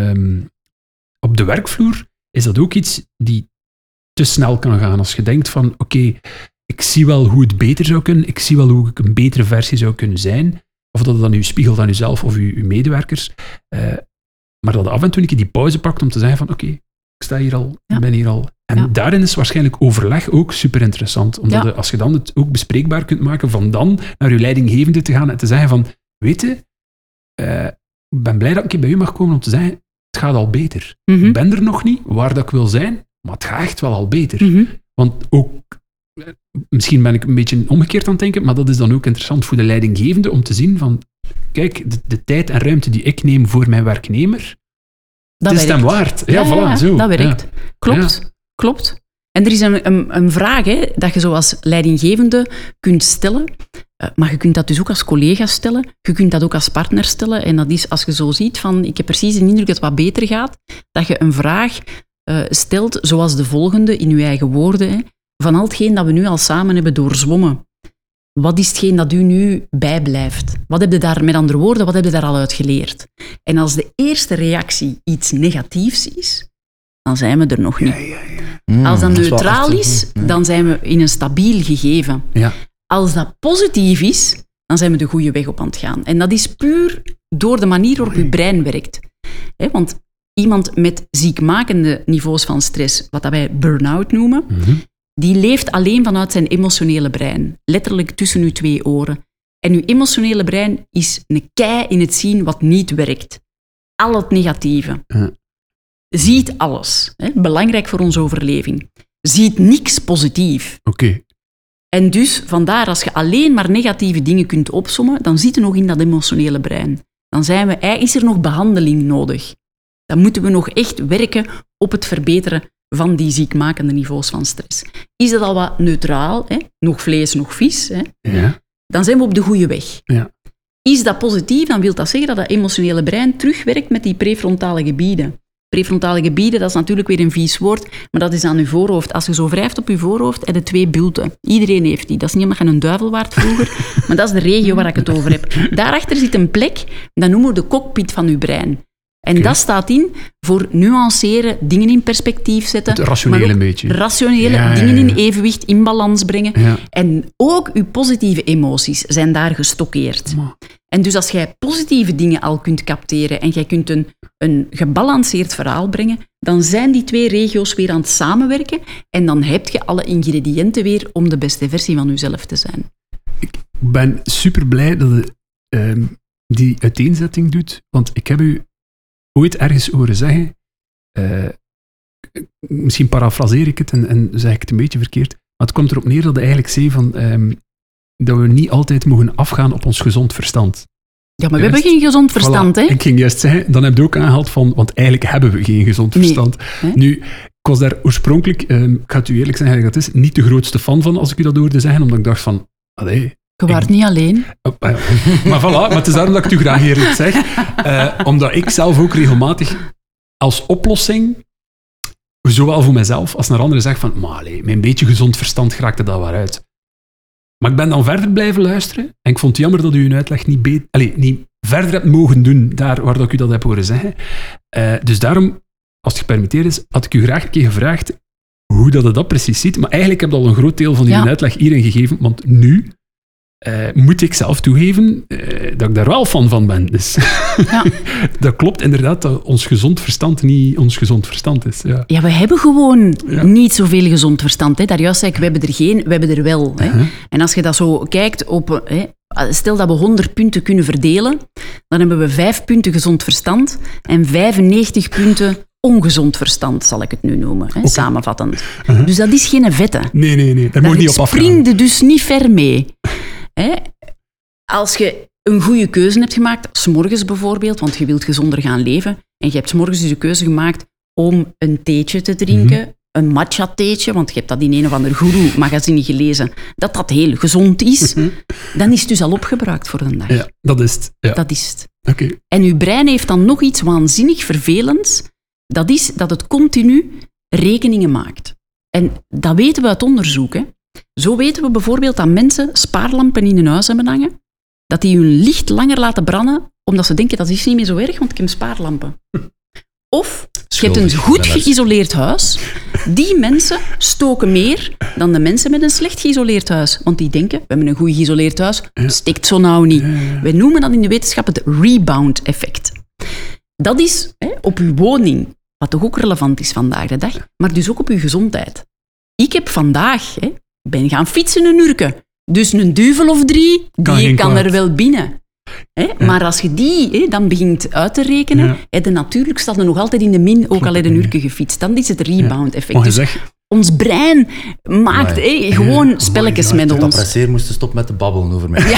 op de werkvloer is dat ook iets die te snel kan gaan. Als je denkt van, oké, ik zie wel hoe het beter zou kunnen, ik zie wel hoe ik een betere versie zou kunnen zijn, of dat het dan u spiegelt aan uzelf of uw medewerkers, maar dat af en toe een keer die pauze pakt om te zeggen van, oké, ik sta hier al, ik ben hier al. En daarin is waarschijnlijk overleg ook super interessant, omdat als je dan het ook bespreekbaar kunt maken van dan naar je leidinggevende te gaan en te zeggen van, weet je, ik ben blij dat ik een keer bij u mag komen om te zeggen, het gaat al beter. Ik ben er nog niet waar dat ik wil zijn, maar het gaat echt wel al beter. Want ook, misschien ben ik een beetje omgekeerd aan het denken, maar dat is dan ook interessant voor de leidinggevende om te zien van, kijk, de tijd en ruimte die ik neem voor mijn werknemer, dat is hem waard. Ja, voilà, zo. Dat werkt. Ja. Klopt. En er is een vraag dat je zo als leidinggevende kunt stellen, maar je kunt dat dus ook als collega stellen, je kunt dat ook als partner stellen, en dat is als je zo ziet van, ik heb precies de indruk dat het wat beter gaat, dat je een vraag stelt zoals de volgende, in je eigen woorden, van al hetgeen dat we nu al samen hebben doorzwommen. Wat is hetgeen dat u nu bijblijft? Wat heb je daar, met andere woorden, wat heb je daar al uit geleerd? En als de eerste reactie iets negatiefs is, dan zijn we er nog niet. Als dat neutraal is, dan zijn we in een stabiel gegeven. Ja. Als dat positief is, dan zijn we de goede weg op aan het gaan. En dat is puur door de manier waarop je brein werkt. Want iemand met ziekmakende niveaus van stress, wat dat wij burn-out noemen, die leeft alleen vanuit zijn emotionele brein. Letterlijk tussen uw 2 oren. En uw emotionele brein is een kei in het zien wat niet werkt. Al het negatieve. Ziet alles. Belangrijk voor onze overleving. Ziet niks positief. Oké. En dus, vandaar, als je alleen maar negatieve dingen kunt opsommen, dan zit er nog in dat emotionele brein. Dan is er nog behandeling nodig. Dan moeten we nog echt werken op het verbeteren van die ziekmakende niveaus van stress. Is dat al wat neutraal, nog vlees, nog vis, dan zijn we op de goede weg. Ja. Is dat positief, dan wil dat zeggen dat dat emotionele brein terugwerkt met die prefrontale gebieden. Prefrontale gebieden, dat is natuurlijk weer een vies woord, maar dat is aan uw voorhoofd. Als je zo wrijft op uw voorhoofd, heb je 2 bulten. Iedereen heeft die. Dat is niet omdat je een duivel waart vroeger, maar dat is de regio waar ik het over heb. Daarachter zit een plek, dat noemen we de cockpit van uw brein. En dat staat in voor nuanceren, dingen in perspectief zetten. Het rationele een beetje. Rationele, dingen in evenwicht, in balans brengen. Ja. En ook uw positieve emoties zijn daar gestockeerd. En dus als jij positieve dingen al kunt capteren en jij kunt een gebalanceerd verhaal brengen, dan zijn die 2 regio's weer aan het samenwerken en dan heb je alle ingrediënten weer om de beste versie van jezelf te zijn. Ik ben super blij dat je die uiteenzetting doet, want ik heb u ooit ergens horen zeggen, misschien parafraseer ik het en zeg ik het een beetje verkeerd, maar het komt erop neer dat hij eigenlijk zei van, dat we niet altijd mogen afgaan op ons gezond verstand. Ja, maar we hebben geen gezond verstand, hè? Ik ging juist zeggen, dan heb je ook aangehaald van, want eigenlijk hebben we geen gezond verstand. Nee. Nu, ik was daar oorspronkelijk, ik ga het u eerlijk zeggen, dat is niet de grootste fan van, als ik u dat hoorde zeggen, omdat ik dacht van, allee... Je waart niet alleen. Maar voilà, maar het is daarom dat ik het u graag eerlijk zeg. Omdat ik zelf ook regelmatig als oplossing, zowel voor mezelf als naar anderen, zeg van, maar allee, met een beetje gezond verstand geraakt er dat wel uit. Maar ik ben dan verder blijven luisteren en ik vond het jammer dat u een uitleg niet verder hebt mogen doen, daar waar dat ik u dat heb horen zeggen. Dus daarom, als het gepermitteerd is, had ik u graag een keer gevraagd hoe dat precies ziet. Maar eigenlijk heb ik al een groot deel van uw uitleg hierin gegeven, want nu moet ik zelf toegeven dat ik daar wel fan van ben. Dus ja. Dat klopt inderdaad dat ons gezond verstand niet ons gezond verstand is. Ja, we hebben gewoon niet zoveel gezond verstand. Hè. Daar juist zei ik, we hebben er geen, we hebben er wel. Hè. En als je dat zo kijkt op... Stel dat we 100 punten kunnen verdelen, dan hebben we 5 punten gezond verstand en 95 punten ongezond verstand, zal ik het nu noemen, samenvattend. Dus dat is geen vette. Nee, daar moet je niet op afgaan. Daar spring je dus niet ver mee. Hè? Als je een goede keuze hebt gemaakt, 's morgens bijvoorbeeld, want je wilt gezonder gaan leven, en je hebt 's morgens dus de keuze gemaakt om een theetje te drinken, een matcha-theetje, want je hebt dat in een of ander goeroe-magazine gelezen, dat heel gezond is, dan is het dus al opgebruikt voor een dag. Ja, dat is het. Ja. Dat is het. Okay. En uw brein heeft dan nog iets waanzinnig vervelends, dat is dat het continu rekeningen maakt. En dat weten we uit onderzoek. Hè. Zo weten we bijvoorbeeld dat mensen spaarlampen in hun huis hebben hangen, dat die hun licht langer laten branden, omdat ze denken dat is niet meer zo erg, want ik heb spaarlampen. Of je hebt een goed geïsoleerd huis. Die mensen stoken meer dan de mensen met een slecht geïsoleerd huis. Want die denken, we hebben een goed geïsoleerd huis, steekt zo nauw niet. Wij noemen dat in de wetenschap het rebound-effect. Dat is op uw woning, wat toch ook relevant is vandaag de dag, maar dus ook op uw gezondheid. Ik heb vandaag, ben gaan fietsen een uurtje. Dus een duvel of 3, die kan er wel binnen. Maar als je die dan begint uit te rekenen, natuurlijk staat er nog altijd in de min, ook al heb je een uurtje gefietst. Dan is het rebound-effect. Dus ons brein maakt gewoon spelletjes met ons. Ik apprecieer moesten stoppen met te babbelen over mij.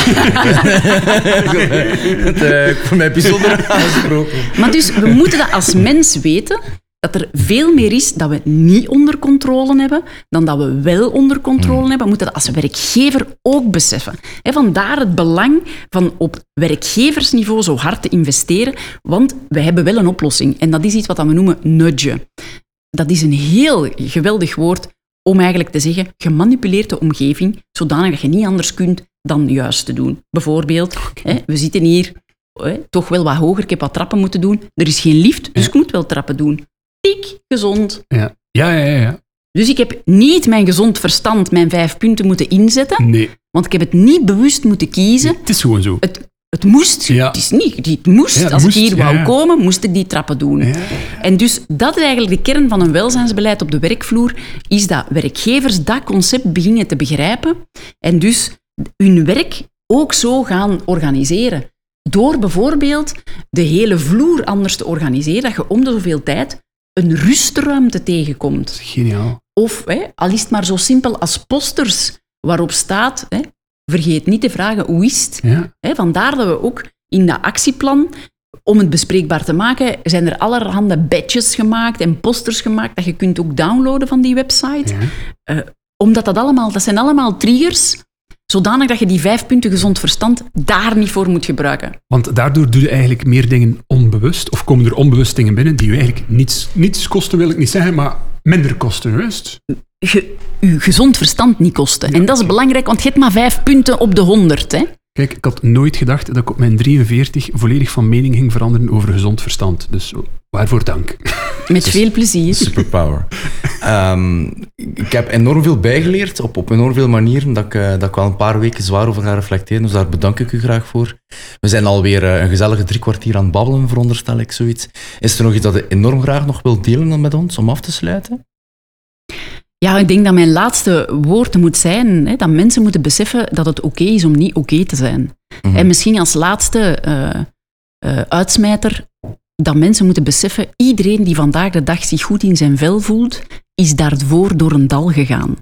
Voor mij bijzonder aangesproken. Maar dus, we moeten dat als mens weten, dat er veel meer is dat we niet onder controle hebben, dan dat we wel onder controle hebben. We moeten dat als werkgever ook beseffen. Vandaar het belang van op werkgeversniveau zo hard te investeren, want we hebben wel een oplossing. En dat is iets wat we noemen nudgen. Dat is een heel geweldig woord om eigenlijk te zeggen, je manipuleert de omgeving zodanig dat je niet anders kunt dan juist te doen. Bijvoorbeeld, we zitten hier toch wel wat hoger, ik heb wat trappen moeten doen. Er is geen lift, dus ik moet wel trappen doen. Tik, gezond. Ja. Dus ik heb niet mijn gezond verstand, mijn 5 punten moeten inzetten. Nee. Want ik heb het niet bewust moeten kiezen. Het is gewoon zo. Het moest. Ja. Het is niet. Het moest. Ja, als ik hier wou komen, moest ik die trappen doen. Ja. En dus dat is eigenlijk de kern van een welzijnsbeleid op de werkvloer, is dat werkgevers dat concept beginnen te begrijpen en dus hun werk ook zo gaan organiseren. Door bijvoorbeeld de hele vloer anders te organiseren, dat je om de zoveel tijd een rustruimte tegenkomt. Geniaal. Of, al is het maar zo simpel als posters waarop staat, vergeet niet te vragen hoe is het. Ja. Vandaar dat we ook in dat actieplan, om het bespreekbaar te maken, zijn er allerhande badges gemaakt en posters gemaakt dat je kunt ook downloaden van die website. Ja. Omdat dat zijn allemaal triggers, zodanig dat je die 5 punten gezond verstand daar niet voor moet gebruiken. Want daardoor doe je eigenlijk meer dingen onbewust, of komen er onbewust dingen binnen die je eigenlijk niets kosten, wil ik niet zeggen, maar minder kosten, juist? Je gezond verstand niet kosten. En dat is belangrijk, want je hebt maar 5 punten op de 100. Hè? Kijk, ik had nooit gedacht dat ik op mijn 43 volledig van mening ging veranderen over gezond verstand. Dus waarvoor dank. Met veel plezier. Superpower. Ik heb enorm veel bijgeleerd, op enorm veel manieren, dat ik wel een paar weken zwaar over ga reflecteren. Dus daar bedank ik u graag voor. We zijn alweer een gezellige 3 kwartier aan het babbelen, veronderstel ik zoiets. Is er nog iets dat je enorm graag nog wilt delen dan met ons, om af te sluiten? Ja, ik denk dat mijn laatste woord moet zijn dat mensen moeten beseffen dat het oké is om niet oké te zijn. En misschien als laatste uitsmijter, dat mensen moeten beseffen, iedereen die vandaag de dag zich goed in zijn vel voelt, is daarvoor door een dal gegaan.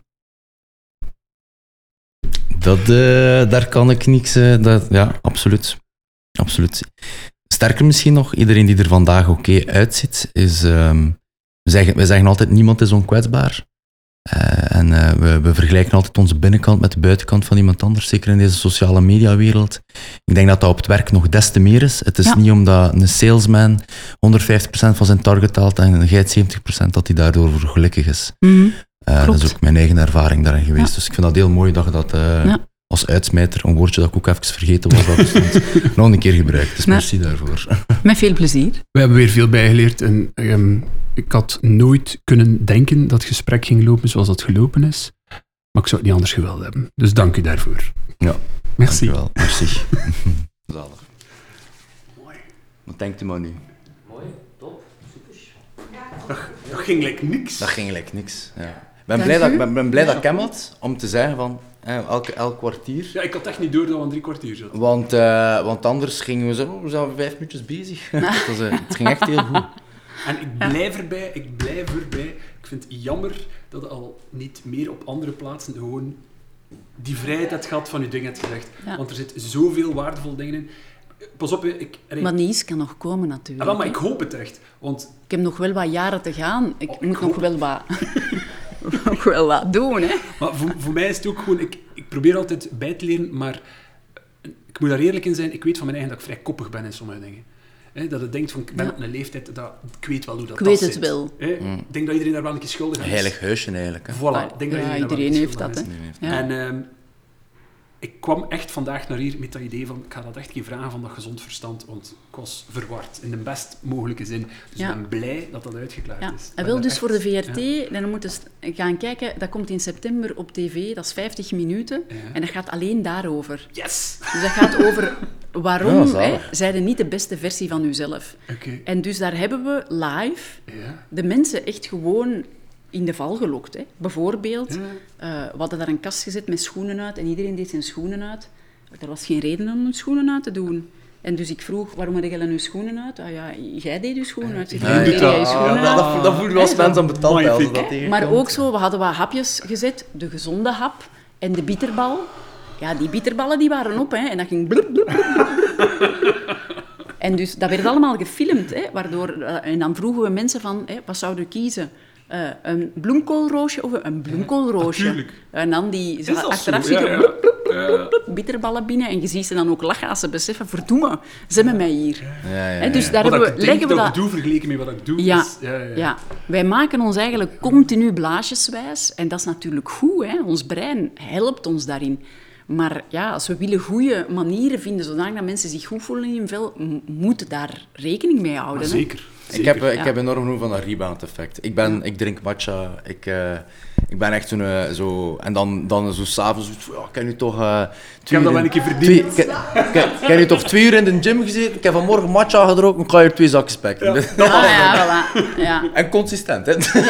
Daar kan ik niks... ja, absoluut. Absoluut. Sterker misschien nog, iedereen die er vandaag oké uitziet, is... we zeggen altijd, niemand is onkwetsbaar. We vergelijken altijd onze binnenkant met de buitenkant van iemand anders, zeker in deze sociale mediawereld. Ik denk dat dat op het werk nog des te meer is. Het is niet omdat een salesman 150% van zijn target haalt en jij 70% dat hij daardoor gelukkig is. Dat is ook mijn eigen ervaring daarin geweest. Dus ik vind dat heel mooi dat je dat als uitsmijter, een woordje dat ik ook even vergeten was, dat stond, nog een keer gebruikt. Dus merci daarvoor. Met veel plezier. We hebben weer veel bijgeleerd en ik had nooit kunnen denken dat het gesprek ging lopen zoals dat gelopen is. Maar ik zou het niet anders gewild hebben. Dus dank u daarvoor. Ja, merci. Dankjewel. Merci. Zalig. Mooi. Wat denkt u maar nu? Mooi, top, super. Dat ging like niks. Dat ging gelijk niks. Ja. Ik ben blij dat ik hem had om te zeggen van elk kwartier. Ja, ik had echt niet door dat we aan 3 kwartier zaten. Want anders gingen we zo 5 minuutjes bezig. Het ging echt heel goed. En ik blijf erbij. Ik vind het jammer dat je al niet meer op andere plaatsen gewoon die vrijheid hebt gehad van je dingen hebt gezegd. Ja. Want er zit zoveel waardevolle dingen in. Pas op, Maar niets kan nog komen natuurlijk. maar ik hoop het echt. Want Ik heb nog wel wat jaren te gaan. Ik moet hoop nog wel wat... nog wel wat doen, hè. maar voor mij is het ook gewoon... Ik probeer altijd bij te leren, maar ik moet daar eerlijk in zijn. Ik weet van mijn eigen dat ik vrij koppig ben in sommige dingen. Dat je denkt van, ik ben op een leeftijd dat ik weet wel hoe dat Ik weet zit. het wel. Ik denk dat iedereen daar wel een keer schuldig aan is. Heilig huisje eigenlijk. Hè. Voilà, ik denk dat Iedereen heeft dat, hè. Ja. En ik kwam echt vandaag naar hier met dat idee van, ik ga dat echt geen vragen van dat gezond verstand, want ik was verward, in de best mogelijke zin. Dus Ja. ik ben blij dat dat uitgeklaard Ja. is. En wel, dus echt- voor de VRT, Ja. dan moeten we gaan kijken, dat komt in september op tv, dat is 50 minuten, Ja. en dat gaat alleen daarover. Yes! Dus dat gaat over waarom Ja, zalig. zij de niet de beste versie van uzelf. Oké. En dus daar hebben we live Ja. de mensen echt gewoon in de val gelokt. Hè. Bijvoorbeeld, Ja. we hadden daar een kast gezet met schoenen uit en iedereen deed zijn schoenen uit. Er was geen reden om hun schoenen uit te doen. En dus ik vroeg, waarom had jij je schoenen uit? Ah ja, jij deed je schoenen uit. Ik zeg, Ja, deed ja, jij je ja, schoenen ja, uit? Dat voelde je als mens aan betaald als Magnifiek. dat tegenkomt. Maar ook zo, we hadden wat hapjes gezet. De gezonde hap en de bitterbal. Ja, die bitterballen die waren op, hè. En dat ging blub, blub, blub, blub. En dus dat werd allemaal gefilmd, hè. Waardoor, en dan vroegen we mensen van, hè, wat zouden we kiezen? Een bloemkoolroosje of een bloemkoolroosje? Natuurlijk. En dan die Is dat achteraf zo? Ja, zeggen, ja. blub, blub, blub, blub, bitterballen binnen. En je ziet ze dan ook lachen als ze beseffen, verdoemen, ze hebben mij hier. Ja, ja, Hè, dus ja. daar Wat hebben ik we, denk leggen we dat dat... ik doe vergeleken met wat ik doe. Ja, is, ja. Wij maken ons eigenlijk continu blaasjeswijs. En dat is natuurlijk goed, hè. Ons brein helpt ons daarin. Maar ja, als we willen goede manieren vinden, zodat mensen zich goed voelen in hun vel, moeten daar rekening mee houden. Maar hè. zeker. Ik heb enorm genoeg van dat rebound-effect. Ik drink matcha. Ik ben echt zo... En dan zo s'avonds... Ja, ik heb nu toch... Ik heb dat wel een keer verdiend. Ik heb nu toch 2 uur in de gym gezeten. Ik heb vanmorgen matcha gedronken. Ik ga hier 2 zakken spek. Ah, ja, voilà. Ja. En consistent, hè. Dus,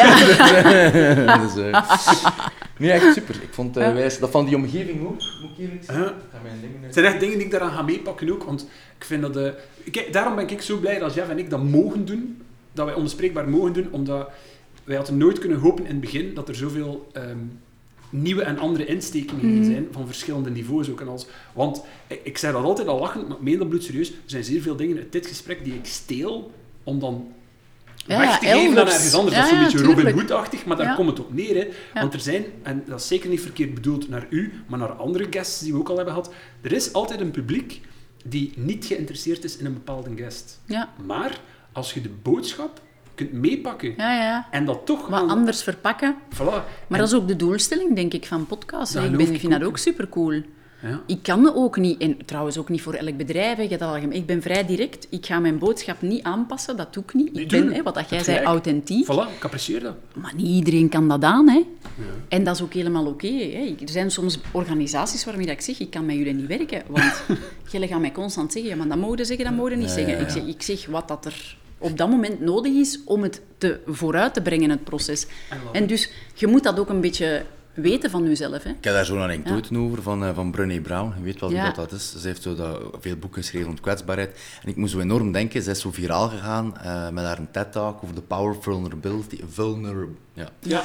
nee, echt super. Ik vond dat van die omgeving ook. Moet ik eerlijk zeggen. Ja. Ik ga mijn dingen Het zijn echt dingen die ik daaraan ga meepakken ook, want ik vind dat... Kijk, daarom ben ik zo blij dat Jeff en ik dat mogen doen, dat wij onbespreekbaar mogen doen, omdat wij hadden nooit kunnen hopen in het begin dat er zoveel nieuwe en andere instekingen in zijn, van verschillende niveaus ook en alles. Want, ik zei dat altijd al lachend, maar ik meen dat bloedserieus, er zijn zeer veel dingen uit dit gesprek die ik steel, om dan weg te geven aan elders. ergens anders. Ja, dat is een beetje Robin tuurlijk. Hood-achtig, maar daar Ja. komt het op neer. Hè. Ja. Want er zijn, en dat is zeker niet verkeerd bedoeld naar u, maar naar andere guests die we ook al hebben gehad, er is altijd een publiek die niet geïnteresseerd is in een bepaalde guest. Ja. Maar als je de boodschap kunt meepakken Ja. en dat toch Wat wel... anders verpakken. Voilà. Maar dat is ook de doelstelling, denk ik, van podcasts. Dat Ik geloof ik vind dat ook. ook supercool. Ja. Ik kan ook niet, en trouwens ook niet voor elk bedrijf, hè, je hebt dat al ik ben vrij direct, ik ga mijn boodschap niet aanpassen, dat doe ik niet. Nee, Ik ben, tuurlijk. hè, wat dat jij Dat zei, gelijk. authentiek. Voilà, ik apprecieer dat. Maar niet iedereen kan dat aan, hè. En dat is ook helemaal oké. Hè. Er zijn soms organisaties waarmee dat ik zeg, ik kan met jullie niet werken, want jullie gaan mij constant zeggen, ja, maar dat mogen zeggen, dat mogen niet zeggen. Ik zeg wat dat er op dat moment nodig is om het vooruit te brengen, het proces. En dus, je moet dat ook een beetje weten van jezelf, hè. Ik heb daar zo'n anekdote over van Brené Brown. Je weet wel wie Ja. dat is. Ze heeft veel boeken geschreven rond kwetsbaarheid. En ik moest zo enorm denken, zij is zo viraal gegaan met haar een TED-talk over de power of vulnerability. Ja. Ja.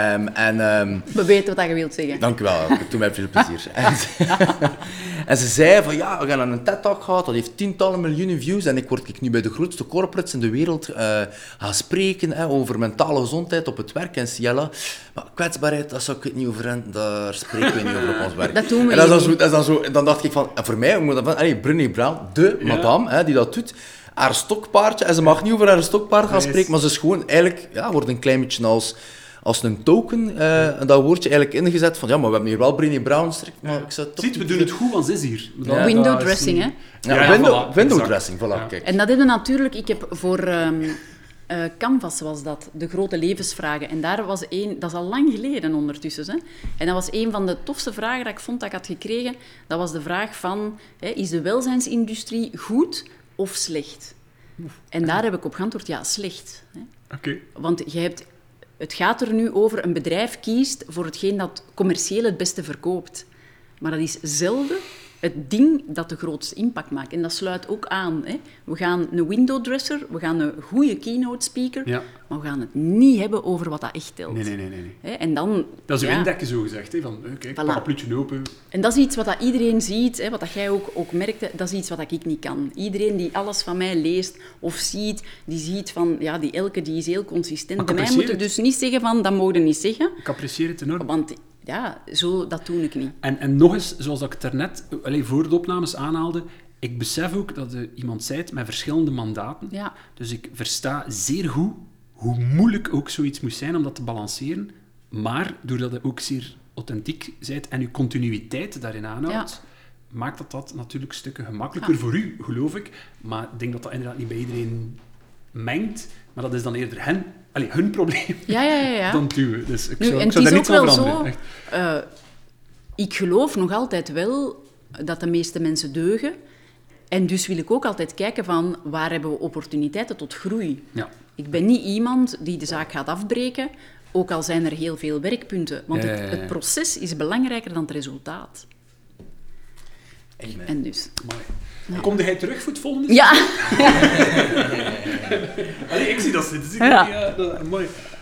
We weten wat je wilt zeggen. Dank u wel, het doet mij veel plezier. En ze zei van ja, we gaan aan een TED-talk gehad, dat heeft tientallen miljoenen views en ik word nu bij de grootste corporates in de wereld gaan spreken over mentale gezondheid op het werk en Ciela. Maar kwetsbaarheid, daar zou ik het niet over hebben, daar spreken we niet over op ons werk. Dat doen we en dat is niet. dan zo, dan dacht ik van, en voor mij moet dat van, Brené Brown, de madame die dat doet, haar stokpaardje, en ze mag niet over haar stokpaard gaan spreken, maar ze is gewoon eigenlijk, wordt een klein beetje als een token, dat woordje eigenlijk ingezet van, ja, maar we hebben hier wel Brené Brown strikt, maar ik zou toch... Ziet, we doen het goed, want ze is hier. Ja. Window dressing, hè. Ja, voilà, window exact. dressing, voilà, Ja. kijk. En dat hebben we natuurlijk... Ik heb voor Canvas was dat, de grote levensvragen. En daar was één... Dat is al lang geleden ondertussen. Hè. En dat was een van de tofste vragen dat ik vond dat ik had gekregen. Dat was de vraag van... is de welzijnsindustrie goed of slecht? En daar heb ik op geantwoord, ja, slecht. Hè. Oké. Want het gaat er nu over, een bedrijf kiest voor hetgeen dat commercieel het beste verkoopt. Maar dat is zelden het ding dat de grootste impact maakt. En dat sluit ook aan. Hè. We gaan een window dresser, we gaan een goede keynote speaker, maar we gaan het niet hebben over wat dat echt telt. Nee. Hè, en dan, dat is uw indekken, zo gezegd. Hè, van, kijk, parapluutje open. En dat is iets wat dat iedereen ziet, hè, wat dat jij ook merkte, dat is iets wat ik niet kan. Iedereen die alles van mij leest of ziet, die ziet van, ja, die Elke die is heel consistent. Bij mij moet je dus niet zeggen van, dat mogen niet zeggen. Ik apprecieer het enorm. Want ja, dat doe ik niet. En nog eens, zoals ik het daarnet voor de opnames aanhaalde, ik besef ook dat iemand zei het met verschillende mandaten. Ja. Dus ik versta zeer goed hoe moeilijk ook zoiets moest zijn om dat te balanceren. Maar doordat je ook zeer authentiek bent en je continuïteit daarin aanhoudt, maakt dat natuurlijk stukken gemakkelijker voor u, geloof ik. Maar ik denk dat dat inderdaad niet bij iedereen mengt. Maar dat is dan eerder hun probleem dan het uwe. Dus ik zou daar niets aan veranderen. Ik geloof nog altijd wel dat de meeste mensen deugen. En dus wil ik ook altijd kijken van waar hebben we opportuniteiten tot groei. Ja. Ik ben niet iemand die de zaak gaat afbreken, ook al zijn er heel veel werkpunten. Want het proces is belangrijker dan het resultaat. Amen. En dus... Mooi. Ja. Komde hij terug voor het volgende? Ja! Allee, ik zie dat zitten. Ja. Mooi.